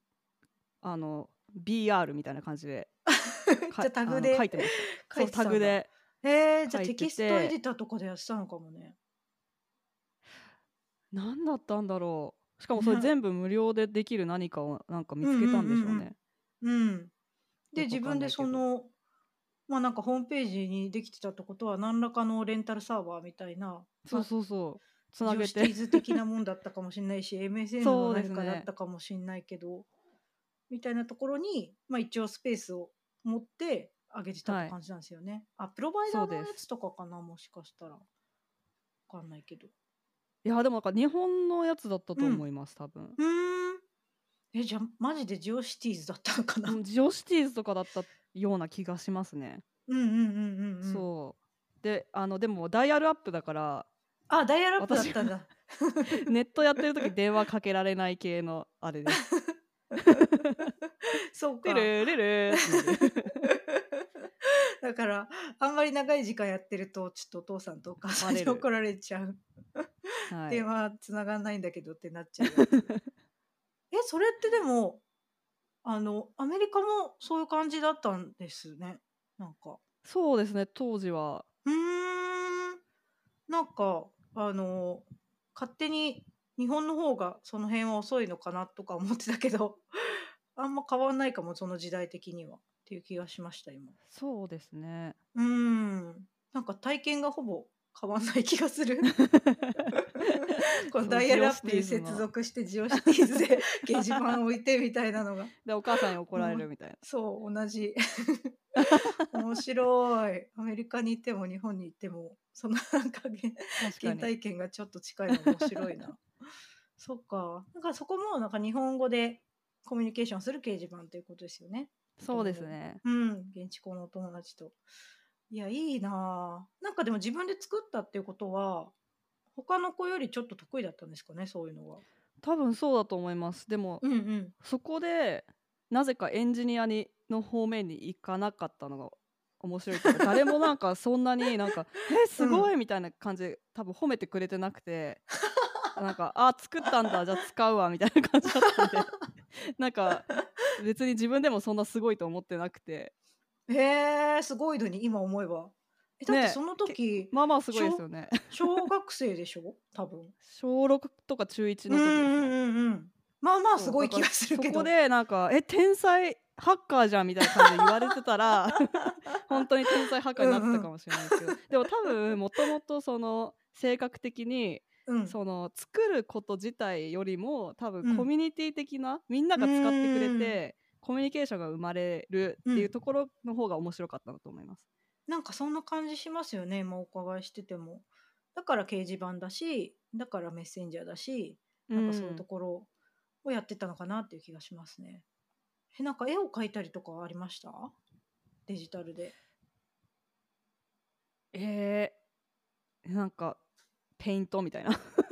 BR みたいな感じで
じゃ、タグで
書いてました。
書
そう、
いてたんだ。
タグで
じゃ、
書い
テキストエ
てて、
ディターとかでやってたのかもね。
何だったんだろう。しかもそれ
ね。
全部無料でできる何かをなんか見
うんうん
つけたんでしょう
うん
ね。
うん。うん。で、
よくわか
自分で
んないけど。
なんかホームページにできてたってことは、何らかのレンタルサーバーみたいな、
そうそうそう。つなげて。
ジオシティーズ的なもんだったかもしんないし、MSN の
そうで
何かだっ
すね。
たかもしんないけど、みたいなところに、一応スペースを持ってあげてたって
はい。
感じなんですよね。プロバイダー
そうです。
のやつとかかな、もしかしたら。わかんないけど。
いや、でもなんか日本のやつだったと
うん。
思います、多分。
ふーん。じゃ、マジでジオシティーズだったのかな？
うん、ジオシティーズとかだったような気がしますね。
うんうんうんうんうん。
そう。で、でもダイヤルアップだから、
ダイヤルアップだっ
私が
たんだ。
ネットやってる時電話かけられない系のあれです。
そう
ル
か。
ルルルってなる。
だから、あんまり長い時間やってると、ちょっとお父さんとお母さんに
バレる。
怒られちゃう。
はい。
電話繋がんないんだけどってなっちゃうやつ。それってでも、アメリカもそういう感じだったんですね。なんか。
そうですね、当時は。
うーん。なんか、勝手に日本の方がその辺は遅いのかなとか思ってたけど、あんま変わんないかも、その時代的にはっていう気がしました、今。
そうですね。
うーん。なんか体験がほぼ変わんない気がする。この
そう、
ダイヤルアッ
ジオシテ
プに接
ィーズの
続してジオシティーズで掲示板置いてみたいなのが、
で、お母さんに怒られ
もう、
るみたいな。
そう、同じ。面白い。アメリカに行っても日本に行っても、そのなんか原
確かに。
体験がちょっと近いの面白いな。そっか。なんかそこもなんか日本語でコミュニケーションする掲示板ということですよね。
そうですね。
現地校のお友達と。いや、いいなあ。なんかでも自分で作ったっていうことは、他の子よりちょっと得意だったんですかね、そういうのは。
多分そうだと思います。でも
うんうん。
そこでなぜかエンジニアの方面に行かなかったのが面白いというか、誰もなんかそんなになんか「え、すごい」みたいな感じで多分褒めてくれてなくて、なんか「あ、作ったんだ、じゃあ使うわ」みたいな感じだったんで、なんか別に自分でもそんなすごいと思ってなくて、
へえ、すごいのに、今思えば。だって
ね、
その時、
まあまあすごいです
小
よね。
小学生でしょ？多分。
小6とか中1
うんう
の時ですね。
んうんうん。まあまあす
そう、だから
ごい気がする
そこ
けど。
でなんか「え、天才ハッカーじゃん」みたいな感じで言われてたら本当に天才ハッカーになってたかもしれないですけど、でも多分もともとその性格的に
うん。
その作ること自体よりも多分
うん。
コミュニティ的なみんな
う
が使ってくれ
ーん。
てコミュニケーションが生まれるっていう
うん。
ところの方が面白かったなと思います。
なんかそんな感じしますよね、今お伺いしてても。だから掲示板だし、だからメッセンジャーだし、なんかそういうと
うん。
ころをやってたのかなっていう気がしますね。なんか絵を描いたりとかはありました？デジタルで。
えなんかペイントみたいな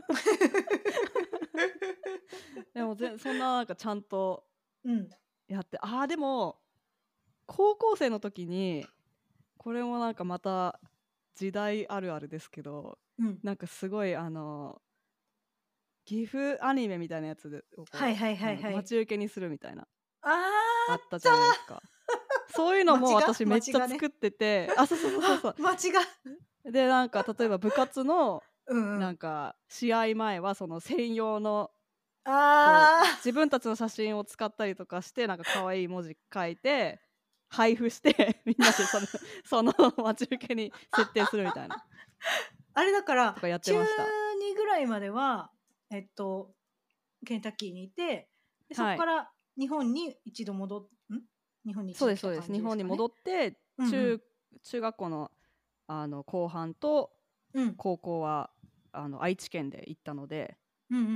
でもそんななんかちゃんと
うん。
やって、でも高校生の時にこれもなんかまた時代あるあるですけど、
うん。
なんかすごい岐阜アニメみたいなやつをこ
はいはい
う
はいはい。
待ち受けにするみたいな
あー、あっ
あったじゃないですか。そういうのも私めっちゃ
街がね。
作ってて、そうそうそうそう
あ、
そう。
街が。
で、なんか例えば部活の
うんうん。
なんか試合前はその専用のこう
あー。
自分たちの写真を使ったりとかしてなんか可愛い文字書いて配布してみんなでその待ち受けに設定するみたいな
あれだから、
とかやって
中
ました。
2ぐらいまでは、えっと、ケンタッキーにいて、で、そっ
はい。
から日本に一度日本に一
そうですそうです。
度来た感
日本に戻
じですかね。
って
うんうん。
中学校の後半と
うん。
高校は愛知県で行ったので、
うんうんうんうん。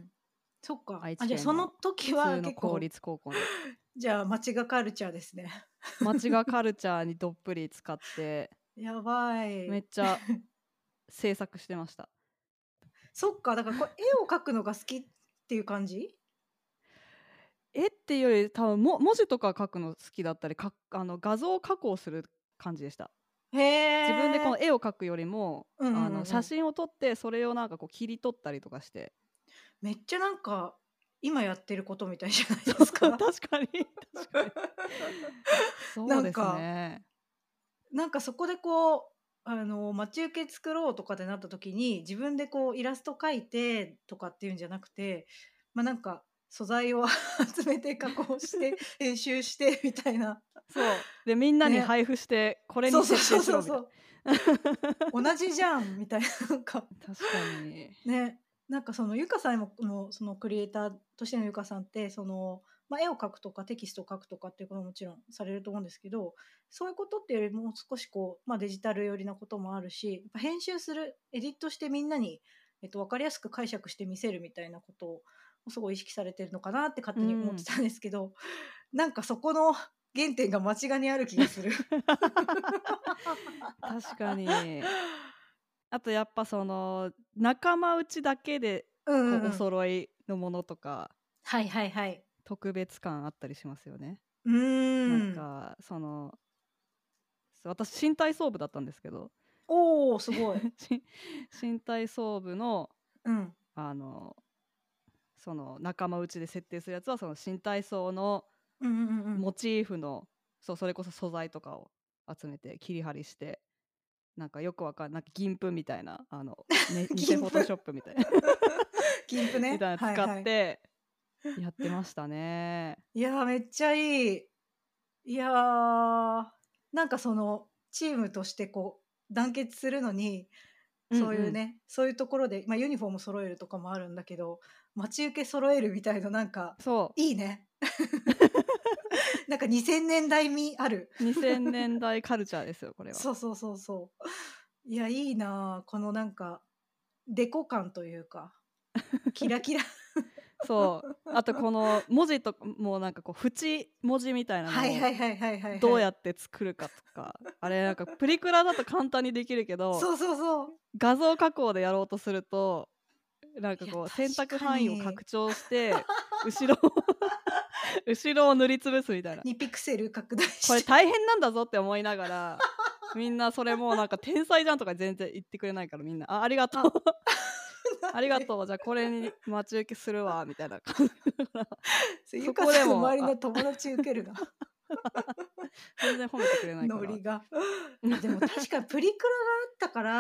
そっか。
愛
あ、じゃあその
知県の
時は
普通の
結構、
公立高校で
じゃあ街がカルチャーですね。
街がカルチャーにどっぷり使って
やばい。
めっちゃ制作してました。
そっか、だからこれ絵を描くのが好きっていう感じ？
絵っていうより多分文字とか書くの好きだったり画像加工する感じでした。
へ
自分でこ
え。
の絵を描くよりも
うんうんうんうん。
写真を撮ってそれをなんかこう切り取ったりとかして
めっちゃなんか、今やってることみたいじゃない
そう
ですか？
確かに確かにそうです
なんか
ね。
そこでこう、待ち受け作ろうとかってなった時に、自分でこうイラスト描いてとかっていうんじゃなくて、素材を集めて加工して、編集してみたいな。
そうでみんなに
ね。
配布してこれに設
そうそうそ
定しろみたい
うそうそう。同じじゃんみたいな、
な確かに。
ね。そのゆかさんもそのクリエイターとしてのゆかさんって、絵を描くとかテキストを書くとかっていうことももちろんされると思うんですけど、そういうことっていうよりも少しこう、デジタル寄りなこともあるし、やっぱ編集する、エディットしてみんなに、分かりやすく解釈して見せるみたいなことをすごい意識されてるのかなって勝手に思って
うん
たんですけど、そこの原点が間違いにある気がする。
確かに。あとやっぱその仲間内だけで
うんう
こうお
んうん。
揃いのものとか
はいはいはい。
特別感あったりしますよね。
う
なん
ーん。
か私新体操部だったんですけど
おお、すごい。
新新体操部の
うん。
あのその仲間内で設定するやつはその新体操の
うんうんうんうん。
モチーフのそれこそ素材とかを集めて切り貼りしてなんかよくわかんない銀粉みたいな偽フ
銀粉。
ォトショップみたいな
銀粉
み
ね。
たいなの使っ
はいはい。
てやってましたね。
いや、めっちゃいい。いや、チームとしてこう、団結するのに、
うんうん。
そういうところで、ユニフォーム揃えるとかもあるんだけど、待ち受け揃えるみたいな
そ
いいね。2000年代味ある。
う2000年代カルチャーですよこれは。
そうそうそうそう。いや、いいな、このデコ感というか、キラキラ。
そうあとこの文字とかもうなんかこう縁文字みたいな
はいは
のを
いはいはいはい
ど
はい。
うやって作るかとかあれなんかプリクラだと簡単にできるけど
そうそうそう。
画像加工でやろうとするとなんか
いや、
こう選択
確か
範囲を
に。
拡張して後ろを後ろを塗りつぶすみたいな
2ピクセル拡大
これ
して。
大変なんだぞって思いながらみんなそれもうなんか天才じゃんとか全然言ってくれないからみんなありがとう
あ、
ありがとうじゃあこれに待ち受けするわみたいな感じそ
ゆか
こでも
さんの周りの友達受けるな。
全然褒めてくれないから
ノリが。あ、でも確かにプリクラがあったから、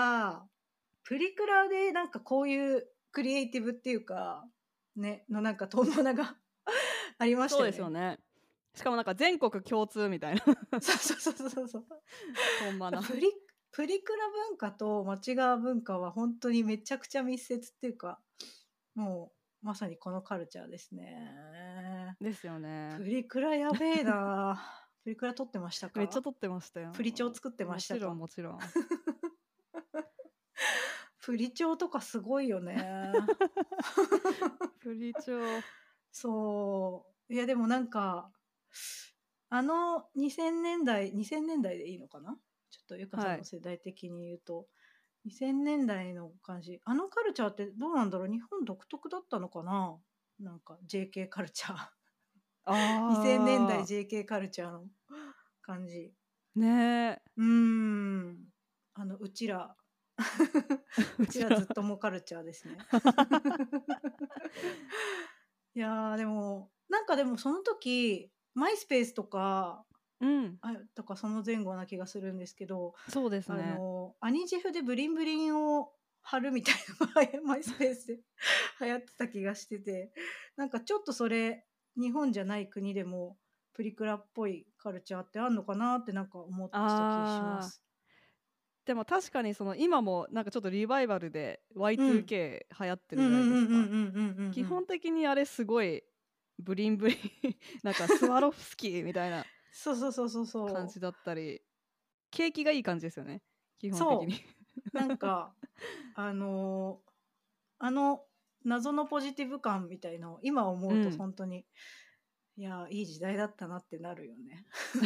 プリクラでなんかこういうクリエイティブっていうか、ね、のなんか遠花がありまし
そう
たよね。
ですよねしかもなんか全国共通みたいな
そうそうそうそうそう。
ほんまな
プリプリクラ文化と町側文化は本当にめちゃくちゃ密接っていうか、もうまさにこのカルチャーですね。
ですよね
プリクラやべえな。プリクラ撮ってましたか？
めっちゃ撮ってましたよ
プリ帳作ってま
もちろん
したか？
もちろん
プリ帳とかすごいよね。
プリ帳
そう。いやでもなんか、2000年代でいいのかな？ちょっとゆかさん
はい
の世代的に言うと、2000年代の感じ。あのカルチャーってどうなんだろう？日本独特だったのかな？なんか JK カルチャー。2000年代
あ
JK カルチャーの感じ。
ーねえ
うーん。うちらう
うちら
ちらずっともカルチャーですね。いやー、でも、なんかでもその時、マイスペースとか、
うん
とかその前後な気がするんですけど、
そうですね
アニジフでブリンブリンを貼るみたいなのがマイスペースで流行ってた気がしてて、なんかちょっとそれ、日本じゃない国でもプリクラっぽいカルチャーってあんのかなってなんか思ってた気しま
あ
す。
ーでも確かにその今もなんかちょっとリバイバルで
うん。
Y2K 流行って
うんうん
るじゃないですか
うんうんうんうんうんうん。
基本的にあれすごいブリンブリンなんかスワロフスキーみたいな
そうそうそうそうそう。
感じだったり景気がいい感じですよね基本的に
そう。なんか、あのあの謎のポジティブ感みたいのを今思うと
うん
本当に、いや、いい時代だったなってなるよね。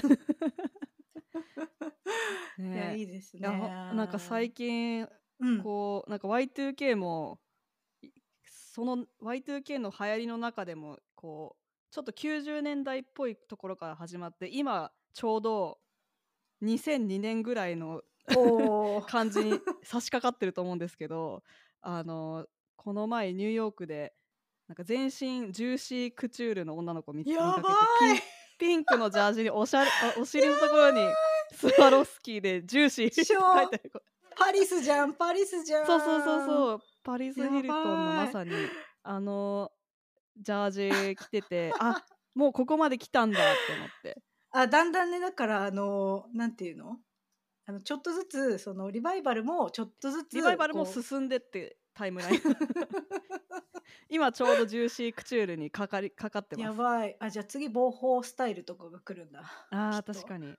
いや、
ね
いいです
いやなんか
ね。
最近
うん。
こうなんか Y2K もいその Y2K の流行りの中でもこうちょっと90年代っぽいところから始まって今ちょうど2002年ぐらいの
おお。
感じに差し掛かってると思うんですけどあのこの前ニューヨークでなんか全身ジューシークチュールの女の子見
やば
かけて
い。
ピンクのジャージにお
や
尻のところにスワロフスキーでジューシーって書い
ばい。
てある子
パリスじゃん、パリスじ
そうそうそう
ゃん。
そうパリス・ヒ
や
ルトンのま
ばい。
さにあのジャージ着ててあもうここまで来たんだって思って
あ、だんだんね、だからなんていうの？ちょっとずつ、リバイバルもちょっとず
リバイバ
つ、こう
ルも進んでってタイムライン今ちょうどジューシークチュールにかかってます。
やばい。あ、じゃあ次、ボーホースタイルとかが来るんだ。き
あー
っと。
確かに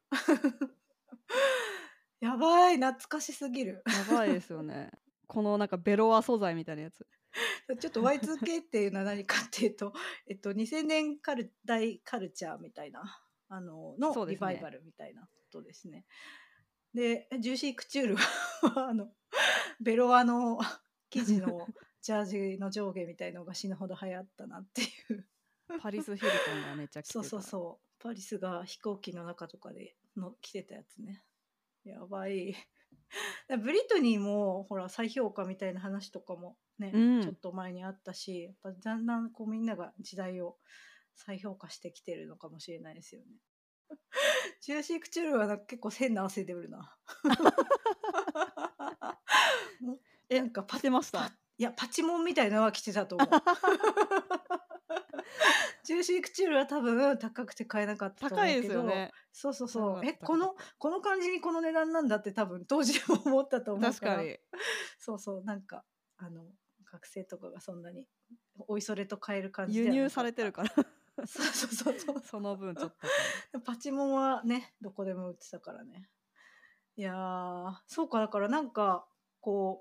やばい、懐かしすぎる。
やばいですよね。このなんかベロア素材みたいなやつ。
ちょっと Y2K っていうのは何かっていうと、2000年大カルチャーみたいな、の
そうですね。
リバイバルみたいなことですね。で、ジューシークチュールは、ベロアの生地のジャージの上下みたいのが死ぬほど流行ったなっていう。
パリス・ヒルトンがめっちゃ着
そうそう
てた。
そう。パリスが飛行機の中とかで着てたやつね。やばい。ブリトニーもほら再評価みたいな話とかもね、ちょっ
うん。
と前にあったし、やっぱだんだんこうみんなが時代を再評価してきてるのかもしれないですよね。ジューシークチュールはなんか結構変な汗出るな。もうな
え、
んか
着てました？
いやパチモンみたいなのは着てたと思う。ジューシークチュールは多分高くて買えなかったと
高いで
思うけど、
すよね。
そうそう
高か
そう。
った高かった。
この感じにこの値段なんだって多分当時でも思ったと思うから、
確かに。
そうそう、なんか、学生とかがそんなにおいそれと買える感じ
輸
では
入されてる
なかった。
から
そうそうそうそう。
その分ちょっと高い。
パチモンはね、どこでも売ってたからね。いやー、そうか、だからなんか、こう、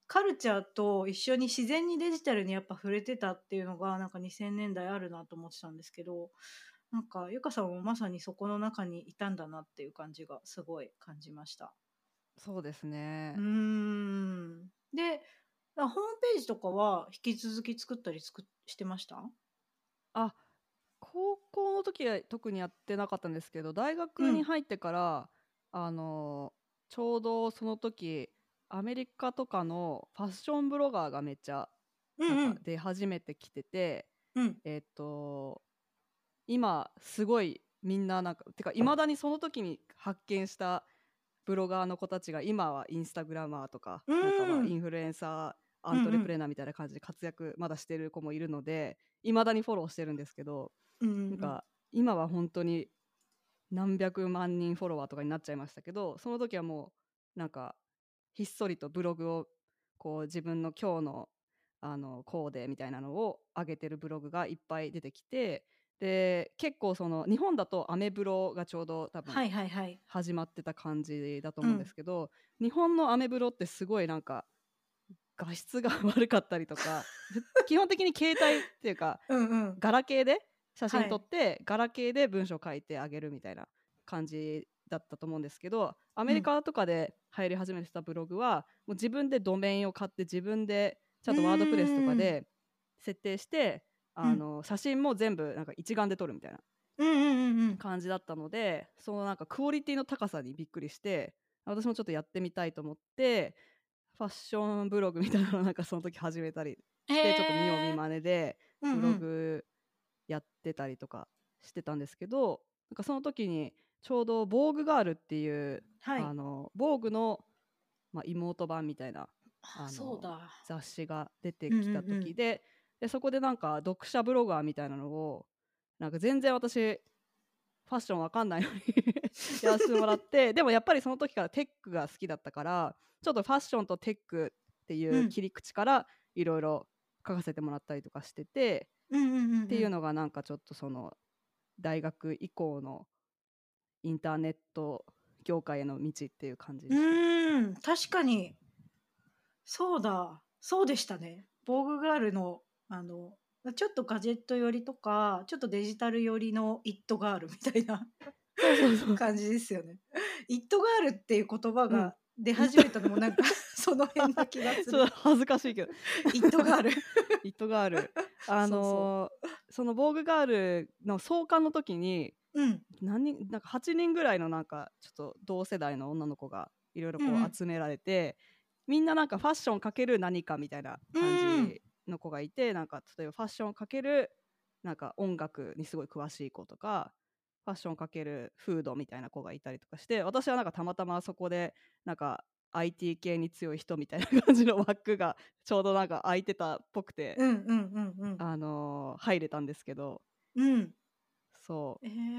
カルチャーと一緒に自然にデジタルにやっぱ触れてたっていうのが、なんか2000年代あるなと思ってたんですけど、なんかゆかさんもまさにそこの中にいたんだなっていう感じがすごい感じました。
そうです
うー
ね。
ん。で、ホームページとかは引き続き作ったりしてました？
あ、高校の時は特にやってなかったんですけど、大
うん。
学に入ってから、あの、ちょうどその時、アメリカとかのファッションブロガーがめっちゃ、なんか
うんうん。
出始めてきてて、
うん。
えっと、今すごいみんななんか、てか未だにその時に発見したブロガーの子たちが今はインスタグラマーとか、
う
なんかまあ
ーん。
インフルエンサー、アントレプ
うんうん。
レーナーみたいな感じで活躍まだしてる子もいるので、未だにフォローしてるんですけど、
うんうんうん。
なんか今は本当に何百万人フォロワーとかになっちゃいましたけど、その時はもうなんかひっそりとブログをこう自分の今日のコーデみたいなのを上げてるブログがいっぱい出てきて、で結構その日本だとアメブロがちょうど多分
はいはいはい。
始まってた感じだと思うんで
うん。
すけど、日本のアメブロってすごいなんか画質が悪かったりとか、基本的に携帯っていうか
うんうん。
ガラケーで写真撮
はい。
ってガラケーで文章書いてあげるみたいな感じだったと思うんですけど、ア
うん。
メリカとかで流行り始めてたブログはもう自分でドメインを買って自分でちゃ
う
んとワードプレスとか
ーん。
で設定して、
うん。
写真も全部なんか一眼で撮るみたいな
うんうんうんうん。
感じだったので、そのなんかクオリティの高さにびっくりして、私もちょっとやってみたいと思って、ファッションブログみたいなのをなんかその時始めたり
へ
して、ちょっと見よう見
え。
まねでブロ
うんうん。
グやってたりとかしてたんですけど、なんかその時にちょうど「ボーグガール」っていう
はい。
ボーグの、まあ、妹版みたいな
あ、そうだ。
雑誌が出て
うんうん
きた
うん。
時で、そこでなんか読者ブロガーみたいなのをなんか全然私ファッションわかんないのにやらせてもらって、でもやっぱりその時からテックが好きだったから、ちょっとファッションとテックってい
うん。
う切り口からいろいろ書かせてもらったりとかしてて、
うんうんうん
っていう
うん。
のがなんかちょっとその大学以降のインターネット業界への道っていう感じ
う
でした。
ーん、確かに。そうだ。そうでしたね。ボーグガールの、ちょっとガジェット寄りとか、ちょっとデジタル寄りのイットガールみたいな
そうそうそう。
感じですよね。イットガールっていう言葉
うん。
が出
イット
始めたのもなんかその辺な気がする。
ちょっと恥ずかしいけど。
イットガール。
イットガール。
そうそう。
そのボーグガールの創刊の時に、
うん。
なんか8人ぐらいのなんかちょっと同世代の女の子がいろいろこ
うんうん。
う集められて、みんななんかファッションかける何かみたいな
うーん。
感じの子がいて、なんか例えばファッションかけるなんか音楽にすごい詳しい子とか、ファッションかけるフードみたいな子がいたりとかして、私はなんかたまたまそこでなんか IT 系に強い人みたいな感じの枠がちょうどなんか空いてたっぽくて、
うんうんうんうん。
入れたんですけど、
うん。
そう、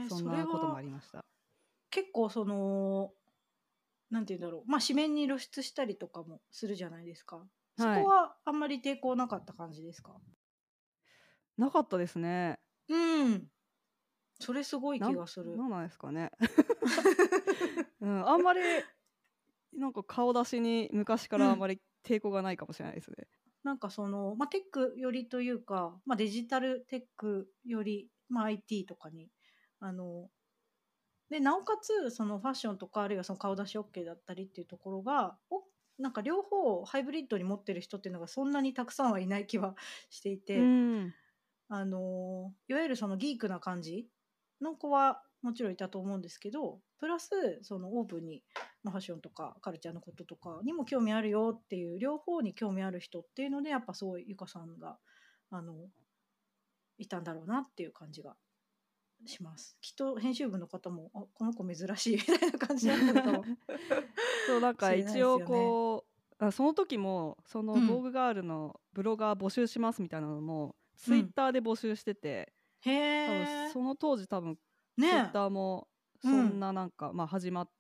そん
それ
なこともあ
は
りました。
結構なんて言うんだろう、ま、紙面に露出したりとかもするじゃないですか。そこ
はい。
はあんまり抵抗なかった感じですか？
なかったですね。
うん。それすごい気がする。
なんなんですかね。うん、あんまりなんか顔出しに昔か
うん。
らあんまり抵抗がないかもしれないですね。
なんかま、テック寄りというか、ま、デジタルテック寄り、ま、IT とかに、あの、で、なおかつそのファッションとか、あるいはその顔出しオッケーだったりっていうところが、なんか両方ハイブリッドに持ってる人っていうのがそんなにたくさんはいない気はしてい
う
て、
ーん。
いわゆるそのギークな感じの子はもちろんいたと思うんですけど、プラスそのオープンに、まあ、ファッションとかカルチャーのこととかにも興味あるよっていう両方に興味ある人っていうのでやっぱすごいゆかさんがあのいたんだろうなっていう感じがします。きっと編集部の方もこの子珍しいみたいな感じだったのかも
そう、なん
しれないです
か一応
よね。
こう、その時も、そのボー
うん
グガールのブロガー募集しますみたいなのも、ツイッ
うん。
ターで募集してて、
へ
多分
え。
その当時多分ツイッ
ねえ。
ターもそん
うん。
ななんか、ま、始まって、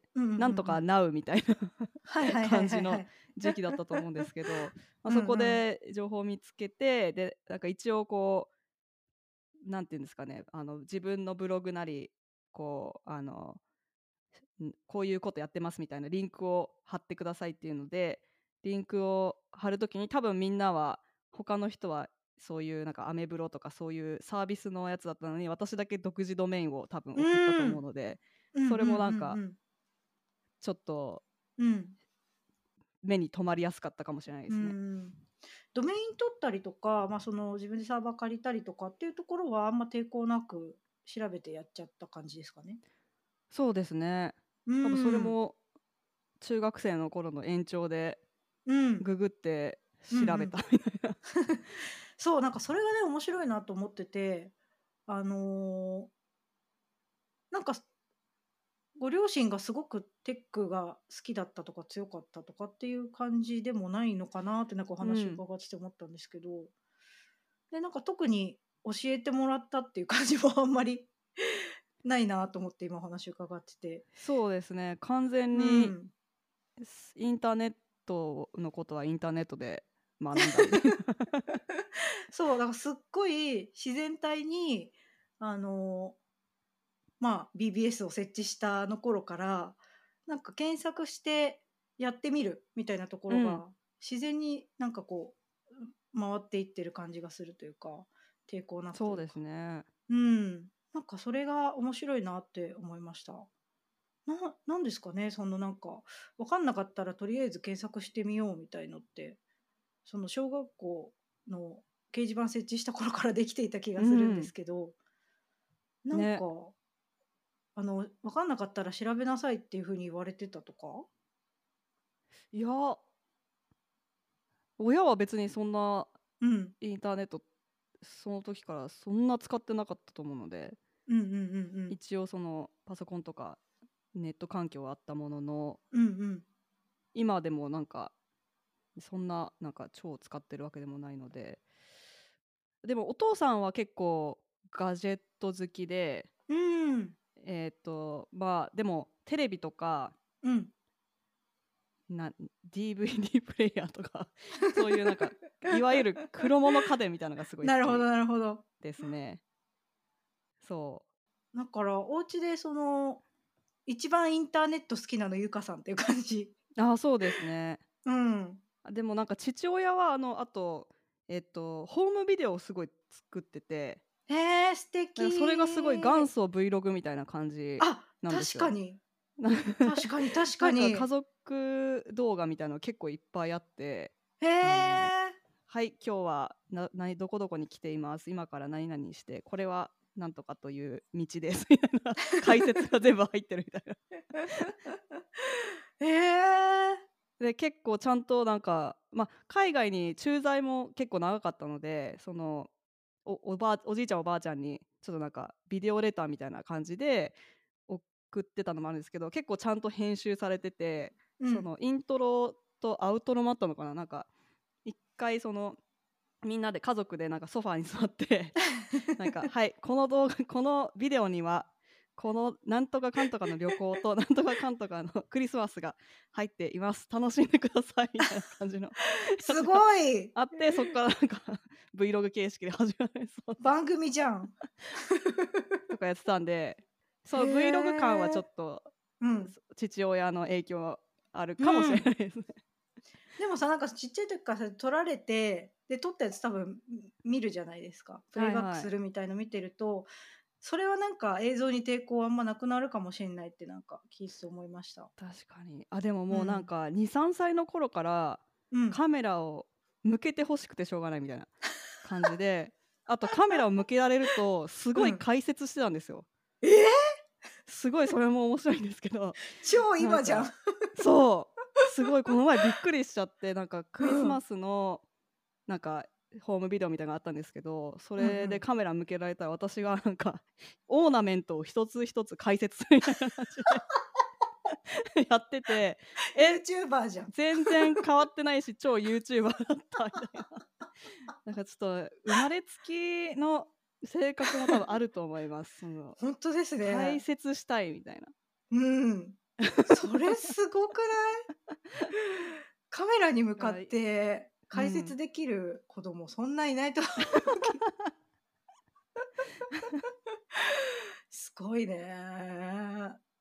うんうんうんう
なんとか
ん。
なうみたいな
はいはいはい
感じの
はいはい。
時期だったと思うんですけど、ま、
うん
そこ
うん。
で情報を見つけて、で、なんか一応こう、なんていうんですかね、自分のブログなり、こう、こういうことやってますみたいなリンクを貼ってくださいっていうので、 リンクを貼るときに多分みんなは他の人はそういうなんかアメブロとかそういうサービスのやつだったのに、私だけ独自ドメインを多分
う
送ったと思う
ん。
ので、
うんうん
それもなんか
うん
ちょっと
うん。うん。
目に留まりやすかったかもしれないで
う
すね。
ん。ドメイン取ったりとか、まあ、その自分でサーバー借りたりとかっていうところはあんま抵抗なく調べてやっちゃった感じですかね。
そうですね。
う
多分それ
ん。
も中学生の頃の延長で
うん。
ググって
うんう
調べた
ん。
みたいな。
そう、なんかそれがね、面白いなと思ってて、あの、なんかご両親がすごくテックが好きだったとか強かったとかっていう感じでもないのかなってなんかお
うん。
話伺ってて思ったんですけど、で、なんか特に教えてもらったっていう感じもあんまりないなと思って今お話伺ってて。
そうですね。完全
う
に
ん。
インターネットのことはインターネットで学んだみたいな。
そう、だからすっごい自然体に、あの、まあ、BBS を設置したあの頃から、なんか検索してやってみるみたいなとこ
うん。
ろが、自然になんかこう、回っていってる感じがするというか、抵抗なくと
そうです
いうか。
ね。
うん。なんかそれが面白いなって思いました。なんですかね、そのなんか、わかんなかったらとりあえず検索してみようみたいのって、その小学校の掲示板設置した頃からできていた気がするんです
うん。
けど、なん
ね。
か、わかんなかったら調べなさいっていう風に言われてたとか？
いや、親は別にそんな
うん。
インターネット、その時からそんな使ってなかったと思うので、
うんうんうんうん。
一応そのパソコンとかネット環境はあったものの、
うんうん。
今でもなんかそんななんか超使ってるわけでもないので、でもお父さんは結構ガジェット好きで、
うーん。
まあでもテレビとか
うん。
DVD プレイヤーとかそういうなんかいわゆる黒物家電みたいなのがすごい好き
なるほどなるほど。
ですね。そ
だからお家でその、一番インターネット好きなのゆかさんっていう感じ。
う。ああ、そうですね。
うん。
でもなんか父親はあと、ホームビデオをすごい作ってて、
へえ、素
なんかそれがすごい元
敵。
祖 Vlog みたいな感じ
あ、
なんですよ。
確かに。確かに確
なんか家
かに。
族動画みたいなの結構いっぱいあって、
へ
あの、
え。
はい、今日はどこどこに来ています。今から何々して、これはなんとかという道ですみたいな解説が全部入ってるみたいな。
へえ。
で、結構ちゃんとなんか、海外に駐在も結構長かったので、おじいちゃんおばあちゃんにちょっとなんかビデオレターみたいな感じで送ってたのもあるんですけど、結構ちゃんと編集されてて、
うん。
そのイントロとアウトロもあったのかな、なんか一回みんなで家族でなんかソファーに座ってなんかはい、このビデオにはこのなんとかかんとかの旅行となんとかかんとかのクリスマスが入っています。楽しんでくださいみたいな感じのや
す
つが
ごい。
あって、そっからなんかVlog 形式で始まる
番組じゃん。
とかやってたんで、
へ
その Vlog 感はちょ
え。
っと
うん。
父親の影響ある
う
かもしれな
ん。
いですね。
でもさ、なんかちっちゃい時からさ、撮られて、で、撮ったやつ多分、見るじゃないですか。プレイバック
はいはい。
するみたいの見てると、それはなんか映像に抵抗あんまなくなるかもしんないってなんか聞いてて思いました。
確かに。でも
うん。
もうなんか2、3歳の頃から
うん。
カメラを向けて欲しくてしょうがないみたいな感じで、あとカメラを向けられるとすごい
うん。
解説してたんですよ。
ええ！
すごいそれも面白いんですけど、
超今じゃん。
なんかそう、すごいこの前びっくりしちゃって、なんかクリスマ
うん。
スのなんかホームビデオみたいなのがあったんですけど、それで
うんうん。
カメラ向けられたら私がなんかオーナメントを一つ一つ解説するみたいな感じでやってて、え、
ユーチューバーじゃん。
全然変わってないし、超ユーチューバーだったみたいな。なんかちょっと生まれつきの性格も多分あると思います。
ほんとです
解
ね。
説したいみたいな。
うん。それすごくない？カメラに向かっ
だから
て解説
うん。
できる子供そんないないと思うけど。すごいね。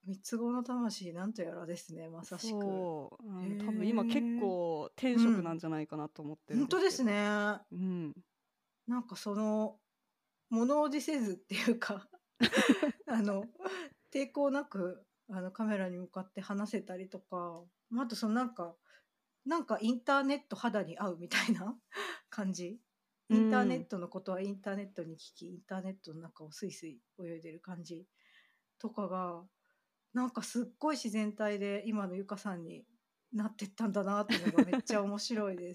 三つ子の魂なんとやらですね、まさしく。
そう、
へ
多分今結
え。
構天職なんじゃないかなと思ってるん
本当です
ですけど。
ね。
うん。
なんか物おじせずっていうかあの抵抗なくカメラに向かって話せたりとか、あとなんかインターネット肌に合うみたいな感じ。
う
インターネッ
ん。
トのことはインターネットに聞き、インターネットの中をスイスイ泳いでる感じとかが、なんかすっごい自然体で今のゆかさんになってったんだなっていうのがめっちゃ面白いです。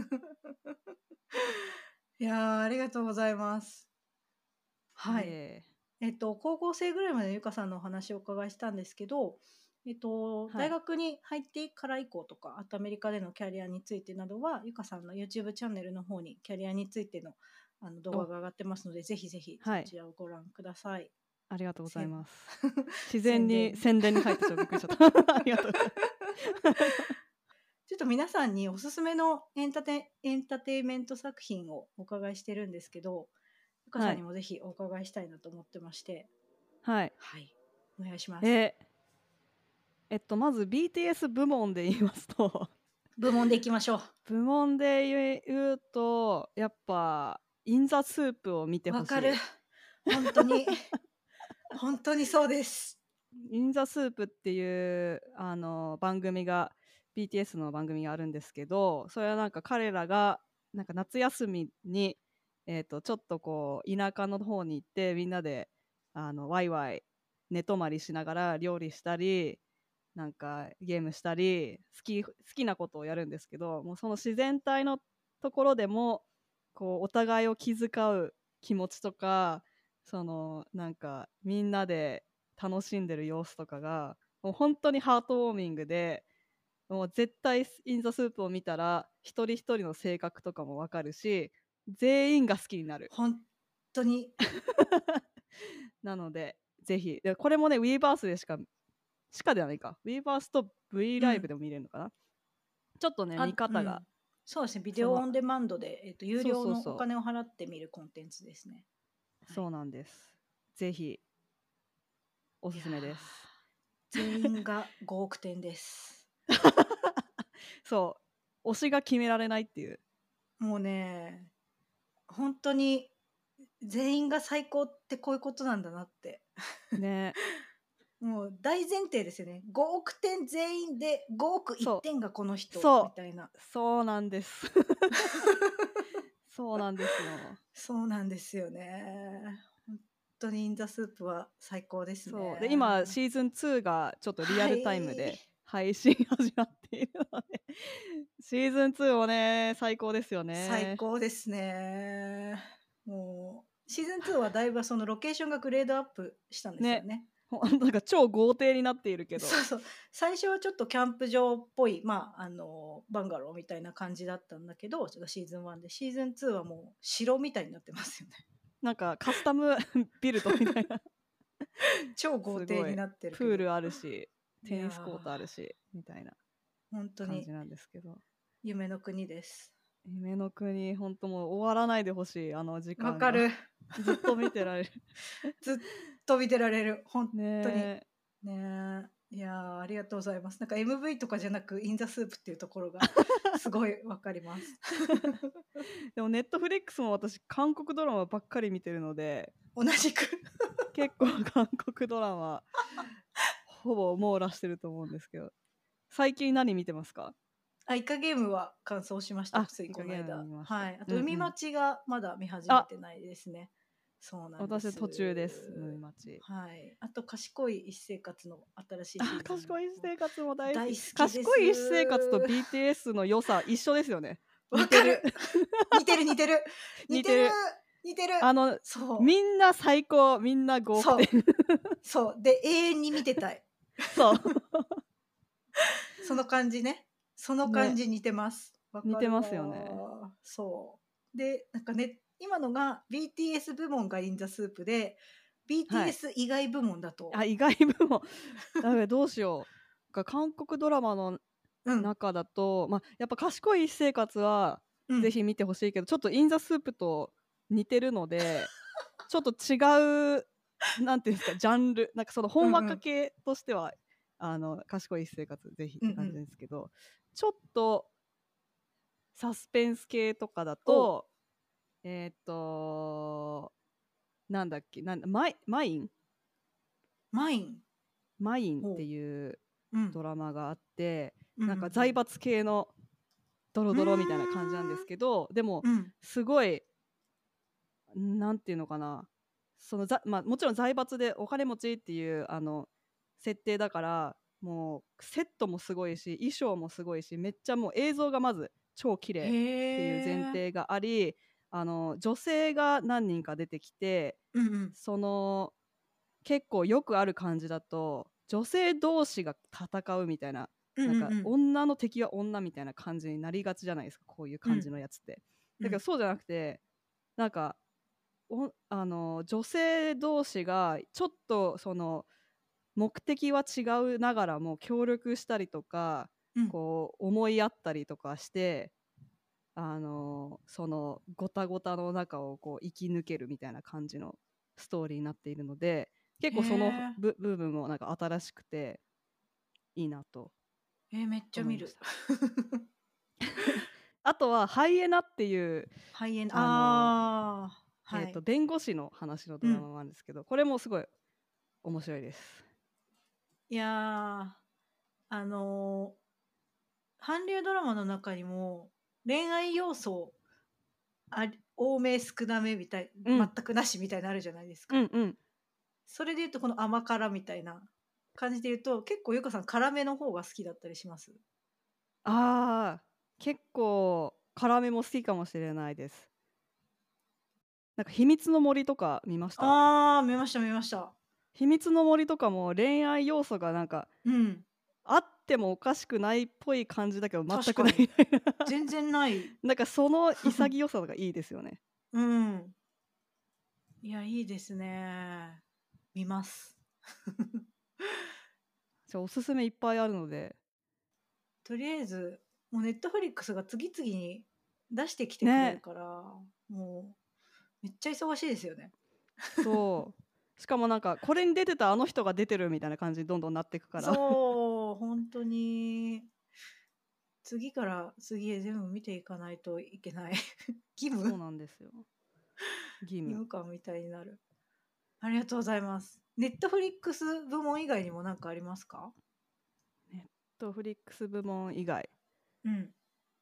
いやー、ありがとうございます。はい。
いえ。
高校生ぐらいまでゆかさんのお話をお伺いしたんですけど、大
はい。
学に入ってから以降とか、あとアメリカでのキャリアについてなどは、ゆかさんの YouTube チャンネルの方にキャリアについての動画
お、
が上がってますので、ぜひぜひそ
はい。
ちらをご覧ください。
ありがとうござい
宣
ます。自然に
宣伝。
宣伝に入ってちょっとびっくりしちゃった。ありがとうございます。
ちょっと皆さんにおすすめのエンターテインメント作品をお伺いしてるんですけど、ゆかさ
はい。
んにもぜひお伺いしたいなと思ってまして、
はい。
はい、お願いします。
えまず BTS 部門で言いますと
部門でいきましょう。
部門で言うと、やっぱ、インザスープを見てほし
わかる。
い。
本当に、本当にそうです。
インザスープっていう番組が BTS の番組があるんですけど、それはなんか彼らがなんか夏休みに、ちょっとこう田舎の方に行ってみんなでワイワイ寝泊まりしながら料理したりなんかゲームしたり好きなことをやるんですけど、もうその自然体のところでもこうお互いを気遣う気持ちとか、そのなんかみんなで楽しんでる様子とかがもう本当にハートウォーミングで、もう絶対インザスープを見たら一人一人の性格とかもわかるし、全員が好きになる。
本当に。
なのでぜひ、でこれもね Weverse でしかではないか、 Weverse と V
うん。
ライブでも見れるのかな。ちょっとね見
う
方が
ん。そうですね。ビデ
その
オオンデマンドで、有
そう
料のお
そうそ
金を払って見るコンテンツですね。
う、
はい。
そうなんです。ぜひお
いや
すすめです。
ー、全員が5億点です。
そう推しが決められないっていう
もうね、本当に全員が最高ってこういうことなんだなって。
ね。
もう大前提ですよね。5億点全員で5億1
そう
点がこの人み
そ
たいな。
そうなんですそうなんですよ。
そうなんですよね。本当にインザスープは最高です
そうで今
ね。
シーズン2がちょっとリア
は
ルタイム
い。
で配信始まっているのでシーズン2もね最高ですよ
最
ね。
高ですね。もう、シーズン2はだいぶそのロケーションがグレードアップしたんですよ
ね、
ね。
なんか超豪邸になっているけど。
そうそう。最初はちょっとキャンプ場っぽい、まあ、バンガローみたいな感じだったんだけど、それがシーズン1で、シーズン2はもう城みたいになってますよね。
なんかカスタムビルドみたいな
超豪
すごい
邸になってるけど。
プールあるし
いや
テニスコートある
ー、
しみたいな
本当に
感じなんですけど、
夢の国です。
夢の国本当もう終わらないでほしい、あの時間が
わかる。
ずっと見てられる
ずっと見てられる。本当に。
ね
ねえ。いやー、ありがとうございます。なんか MV とかじゃなく、インザスープっていうところがすごいわかります。
でもネットフリックスも私韓国ドラマばっかり見てるので
同じく
結構韓国ドラマほぼ網羅してると思うんですけど、最近何見てますか？
イカゲームは完走しました。
あ、
つい
イカゲーム
この間。
見ました。
はい。あと、
うんうん。
海町がまだ見始め
あ、
てないですね。そうなんで
私途中です。
す。
海町。
はい。あと、賢い一生活の新しいシ
あ、
ーズン
賢い
も
生活も大好
大
き。
好きです。
賢い生活と BTS の良さ一緒ですよね。似てる。
わかる似てる似てる似てる
似てる。
似てる
あの、
そう
みんな最高。みんな5億点。
そうそうで永遠に見てたい
そう。
その感じねその感
ね、
じ似てますわかる
似てますよね。
わそうでなんかね今のが BTS 部門がインザスープで
はい。
BTS 以外部門だと
あ、意外部も。だめ、どうしよう。韓国ドラマの
うん
中だと、まあ、やっぱ賢い私生活は
うん
ぜひ見てほしいけど、ちょっとインザスープと似てるので、ちょっと違うなんていうんですか、ジャンル、なんかそのほんわか系としては、賢い生活ぜひって感じですけど、ちょっとサスペンス系とかだと、なんだっけ、マイン
マイン。
マインって
ほう。
いう
うん。
ドラマがあって、なんか
うんうんうん。
財閥系のドロ
う
ドロみたいな感じなんですけど、でも
ーん。うん。
すごい、なんていうのかな、まあ、もちろん財閥でお金持ちっていう設定だから、もうセットもすごいし衣装もすごいし、めっちゃもう映像がまず超綺麗っていう前
へえ。
提があり、女性が何人か出てきて、
うんうん。
その結構よくある感じだと女性同士が戦うみたいな、なんか
うんうんうん。
女の敵は女みたいな感じになりがちじゃないですか、こういう感じのやつって。
うん。
だけどそうじゃなくて、なんか女性同士がちょっとその目的は違うながらも協力したりとか、
うん。
こう思い合ったりとかして、そのごたごたの中をこう生き抜けるみたいな感じのストーリーになっているので、結
へ
構その
え。
部分もなんか新しくていいなと
めっちゃ見る。
思いました。あとはハイエナっていう
ハイエナ、
あの、
ああ、はい。
弁護士の話の
うん。
ドラマなんですけど、これもすごい面白いです。
いやー、あの韓流ドラマの中にも恋愛要素多め少なめみたい、全
うん、
くなしみたいなのあるじゃないですか。
うんうん。
それで言うとこの甘辛みたいな感じで言うと、結構ゆかさん辛めの方が好きだったりします？
ああ、結構辛めも好きかもしれないです。なんか秘密の森とか見ました？
ああ、見ました見ました。
秘密の森とかも恋愛要素がなんか
うん、
あってもおかしくないっぽい感じだけど全くない
確かに。
みたいな。
全然ない。
なんかその潔さがいいですよね。
うん。いや、いいですね。見ます。
おすすめいっぱいあるので。
とりあえず、もうネットフリックスが次々に出してきてくれる
ね、
から、もうめっちゃ忙しいですよね。
そう。しかもなんかこれに出てたあの人が出てるみたいな感じにどんどんなっていくから。
そう、本当に。次から次へ全部見ていかないといけない。義
そう
務
なんですよ。義務。
義務感みたいになる。ありがとうございます。ネットフリックス部門以外にも何かありますか？
ネットフリックス部門以外。
うん。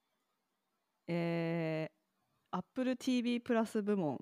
Apple TV プラス部門。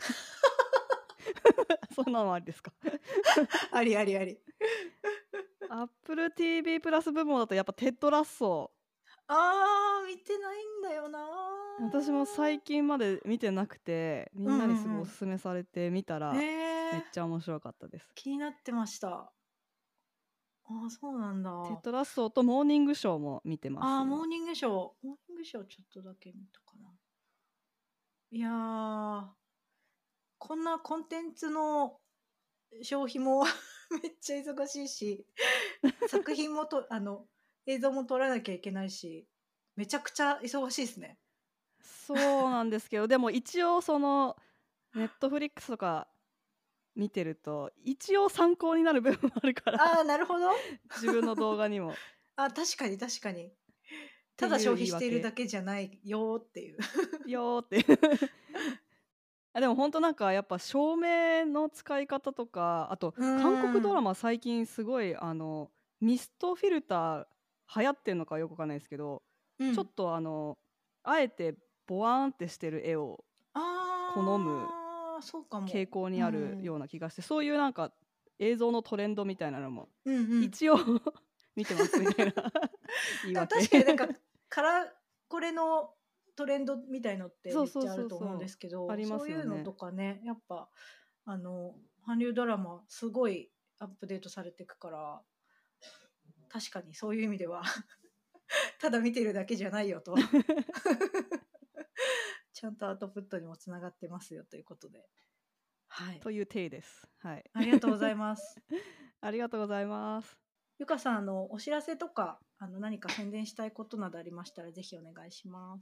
そんなのありですか？
ありありあり。
Apple TV プラス部門だとやっぱテッドラッソ
あー、見てないんだよな
ー。私も最近まで見てなくて、み
うんう
んなにすごいお
ん
すすめされて見た
うん。
らめっちゃ面白かったです。
気になってました。あー、そうなんだ。
テッドラッソーとモーニングショーも見てます、
あー、モ
今。
ーニングショー。モーニングショーちょっとだけ見たかな。いやー、こんなコンテンツの消費もめっちゃ忙しいし、作品も映像も撮らなきゃいけないし、めちゃくちゃ忙しいですね。
そうなんですけど、でも一応そのネットフリックスとか見てると一応参考になる部分もあるから
ああ、なるほど。
自分の動画にもっ
あ、確かに確かに。ただ消
ていう
費しているだ
言い訳
けじゃないよっていう。
よーってでも本当なんかやっぱ照明の使い方とか、あと
うー
韓国ドラ
ん。
マ最近すごいミストフィルター流行ってんのかよくわかんないですけど、
うん。
ちょっとあえてボワーンってしてる絵を好む
ああ、そうかも。
傾向に
うんう
あるよう
ん。
な気がして、そういうなんか映像のトレンドみたいなのも
うんうん。
一応見てますみたいな言い
でも
訳
確かになんか、これのトレンドみたいのって
そうそう
めっちゃある
そうそう、
と思うんですけど、
ありま
そういうの
すよね。
とかね、やっぱ、韓流ドラマすごいアップデートされていくから、確かにそういう意味ではただ見てるだけじゃないよとちゃんとアウトプットにもつながってますよということで。はい。
という体です。はい。
ありがとうございます。
ありがとうございます。
ゆかさん、お知らせとか、何か宣伝したいことなどありましたら、ぜひお願いします。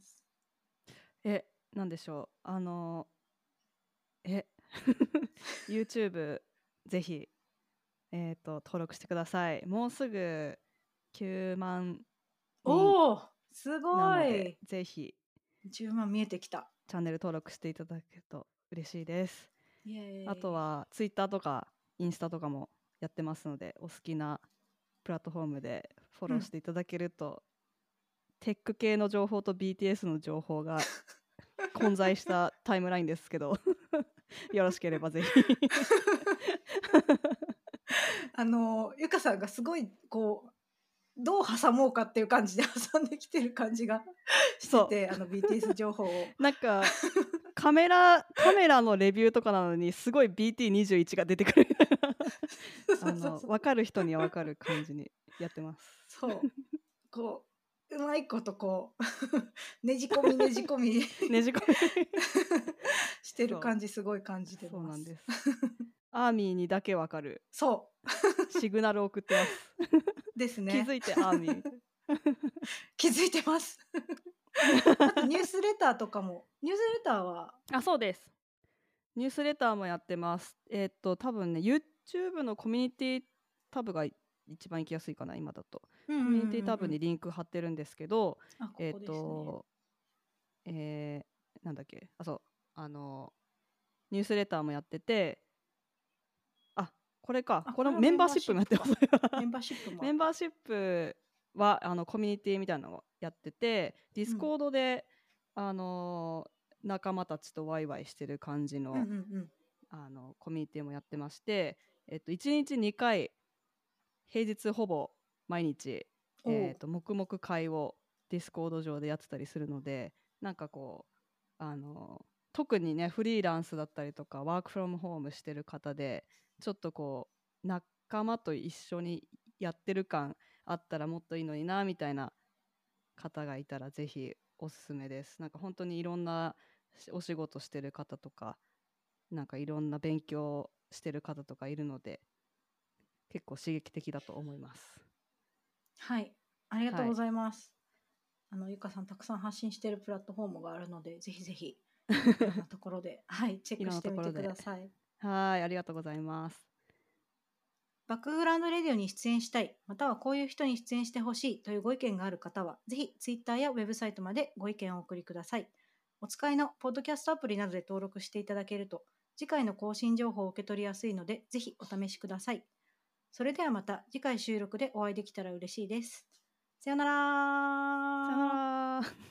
なんでしょう。えYouTube ぜひ、登録してください。もうすぐ9万人
おお、す
なので、
ごい。
ぜひ
10万見えてきた。
チャンネル登録していただけると嬉しいです。
イエーイ。
あとはツイッターとかインスタとかもやってますので、お好きなプラットフォームでフォローしていただけると、テック系の情報と BTS の情報が混在したタイムラインですけどよろしければぜひ
ゆかさんがすごいこうどう挟もうかっていう感じで挟んできてる感じがしてて、BTS 情報を
なんかカメラのレビューとかなのにすごい BT21 が出てくる分かる人には分かる感じにやってます。
そうこうまいことこうねじ込みねじ込みしてる感じすごい感じてます。
そうなんです。アーミーにだけ分かる
そう
シグナルを送ってます
ですね。
気づいてアーミー
気づいてますあとニュースレターとかもニュースレターは
そうです。ニュースレターもやってます。多分ね YouTube のコミュニティタブが一番行きやすいかな今だと、コミュニティタブにリンク貼ってるんですけど、
ここですね。
なんだっけニュースレターもやってて、これか、このメンバーシップもやってます
メンバーシップも
メンバーシップはコミュニティみたいなのをやってて、ディスコードで、仲間たちとワイワイしてる感じの、コミュニティもやってまして、1日2回平日ほぼ毎日、黙々会をディスコード上でやってたりするので、なんかこう特にねフリーランスだったりとかワークフロムホームしてる方でちょっとこう仲間と一緒にやってる感あったらもっといいのになみたいな方がいたらぜひおすすめです。なんか本当にいろんなお仕事してる方とかなんかいろんな勉強してる方とかいるので結構刺激的だと思います。
はい、ありがとうございます。ゆかさんたくさん発信しているプラットフォームがあるのでぜひぜひいろんなところでチェックしてみてください。
はい、ありがとうございます。
バックグラウンドレディオに出演したい、またはこういう人に出演してほしいというご意見がある方は、ぜひ Twitter やウェブサイトまでご意見をお送りください。お使いのポッドキャストアプリなどで登録していただけると、次回の更新情報を受け取りやすいので、ぜひお試しください。それではまた次回収録でお会いできたら嬉しいです。さよなら。
さよなら。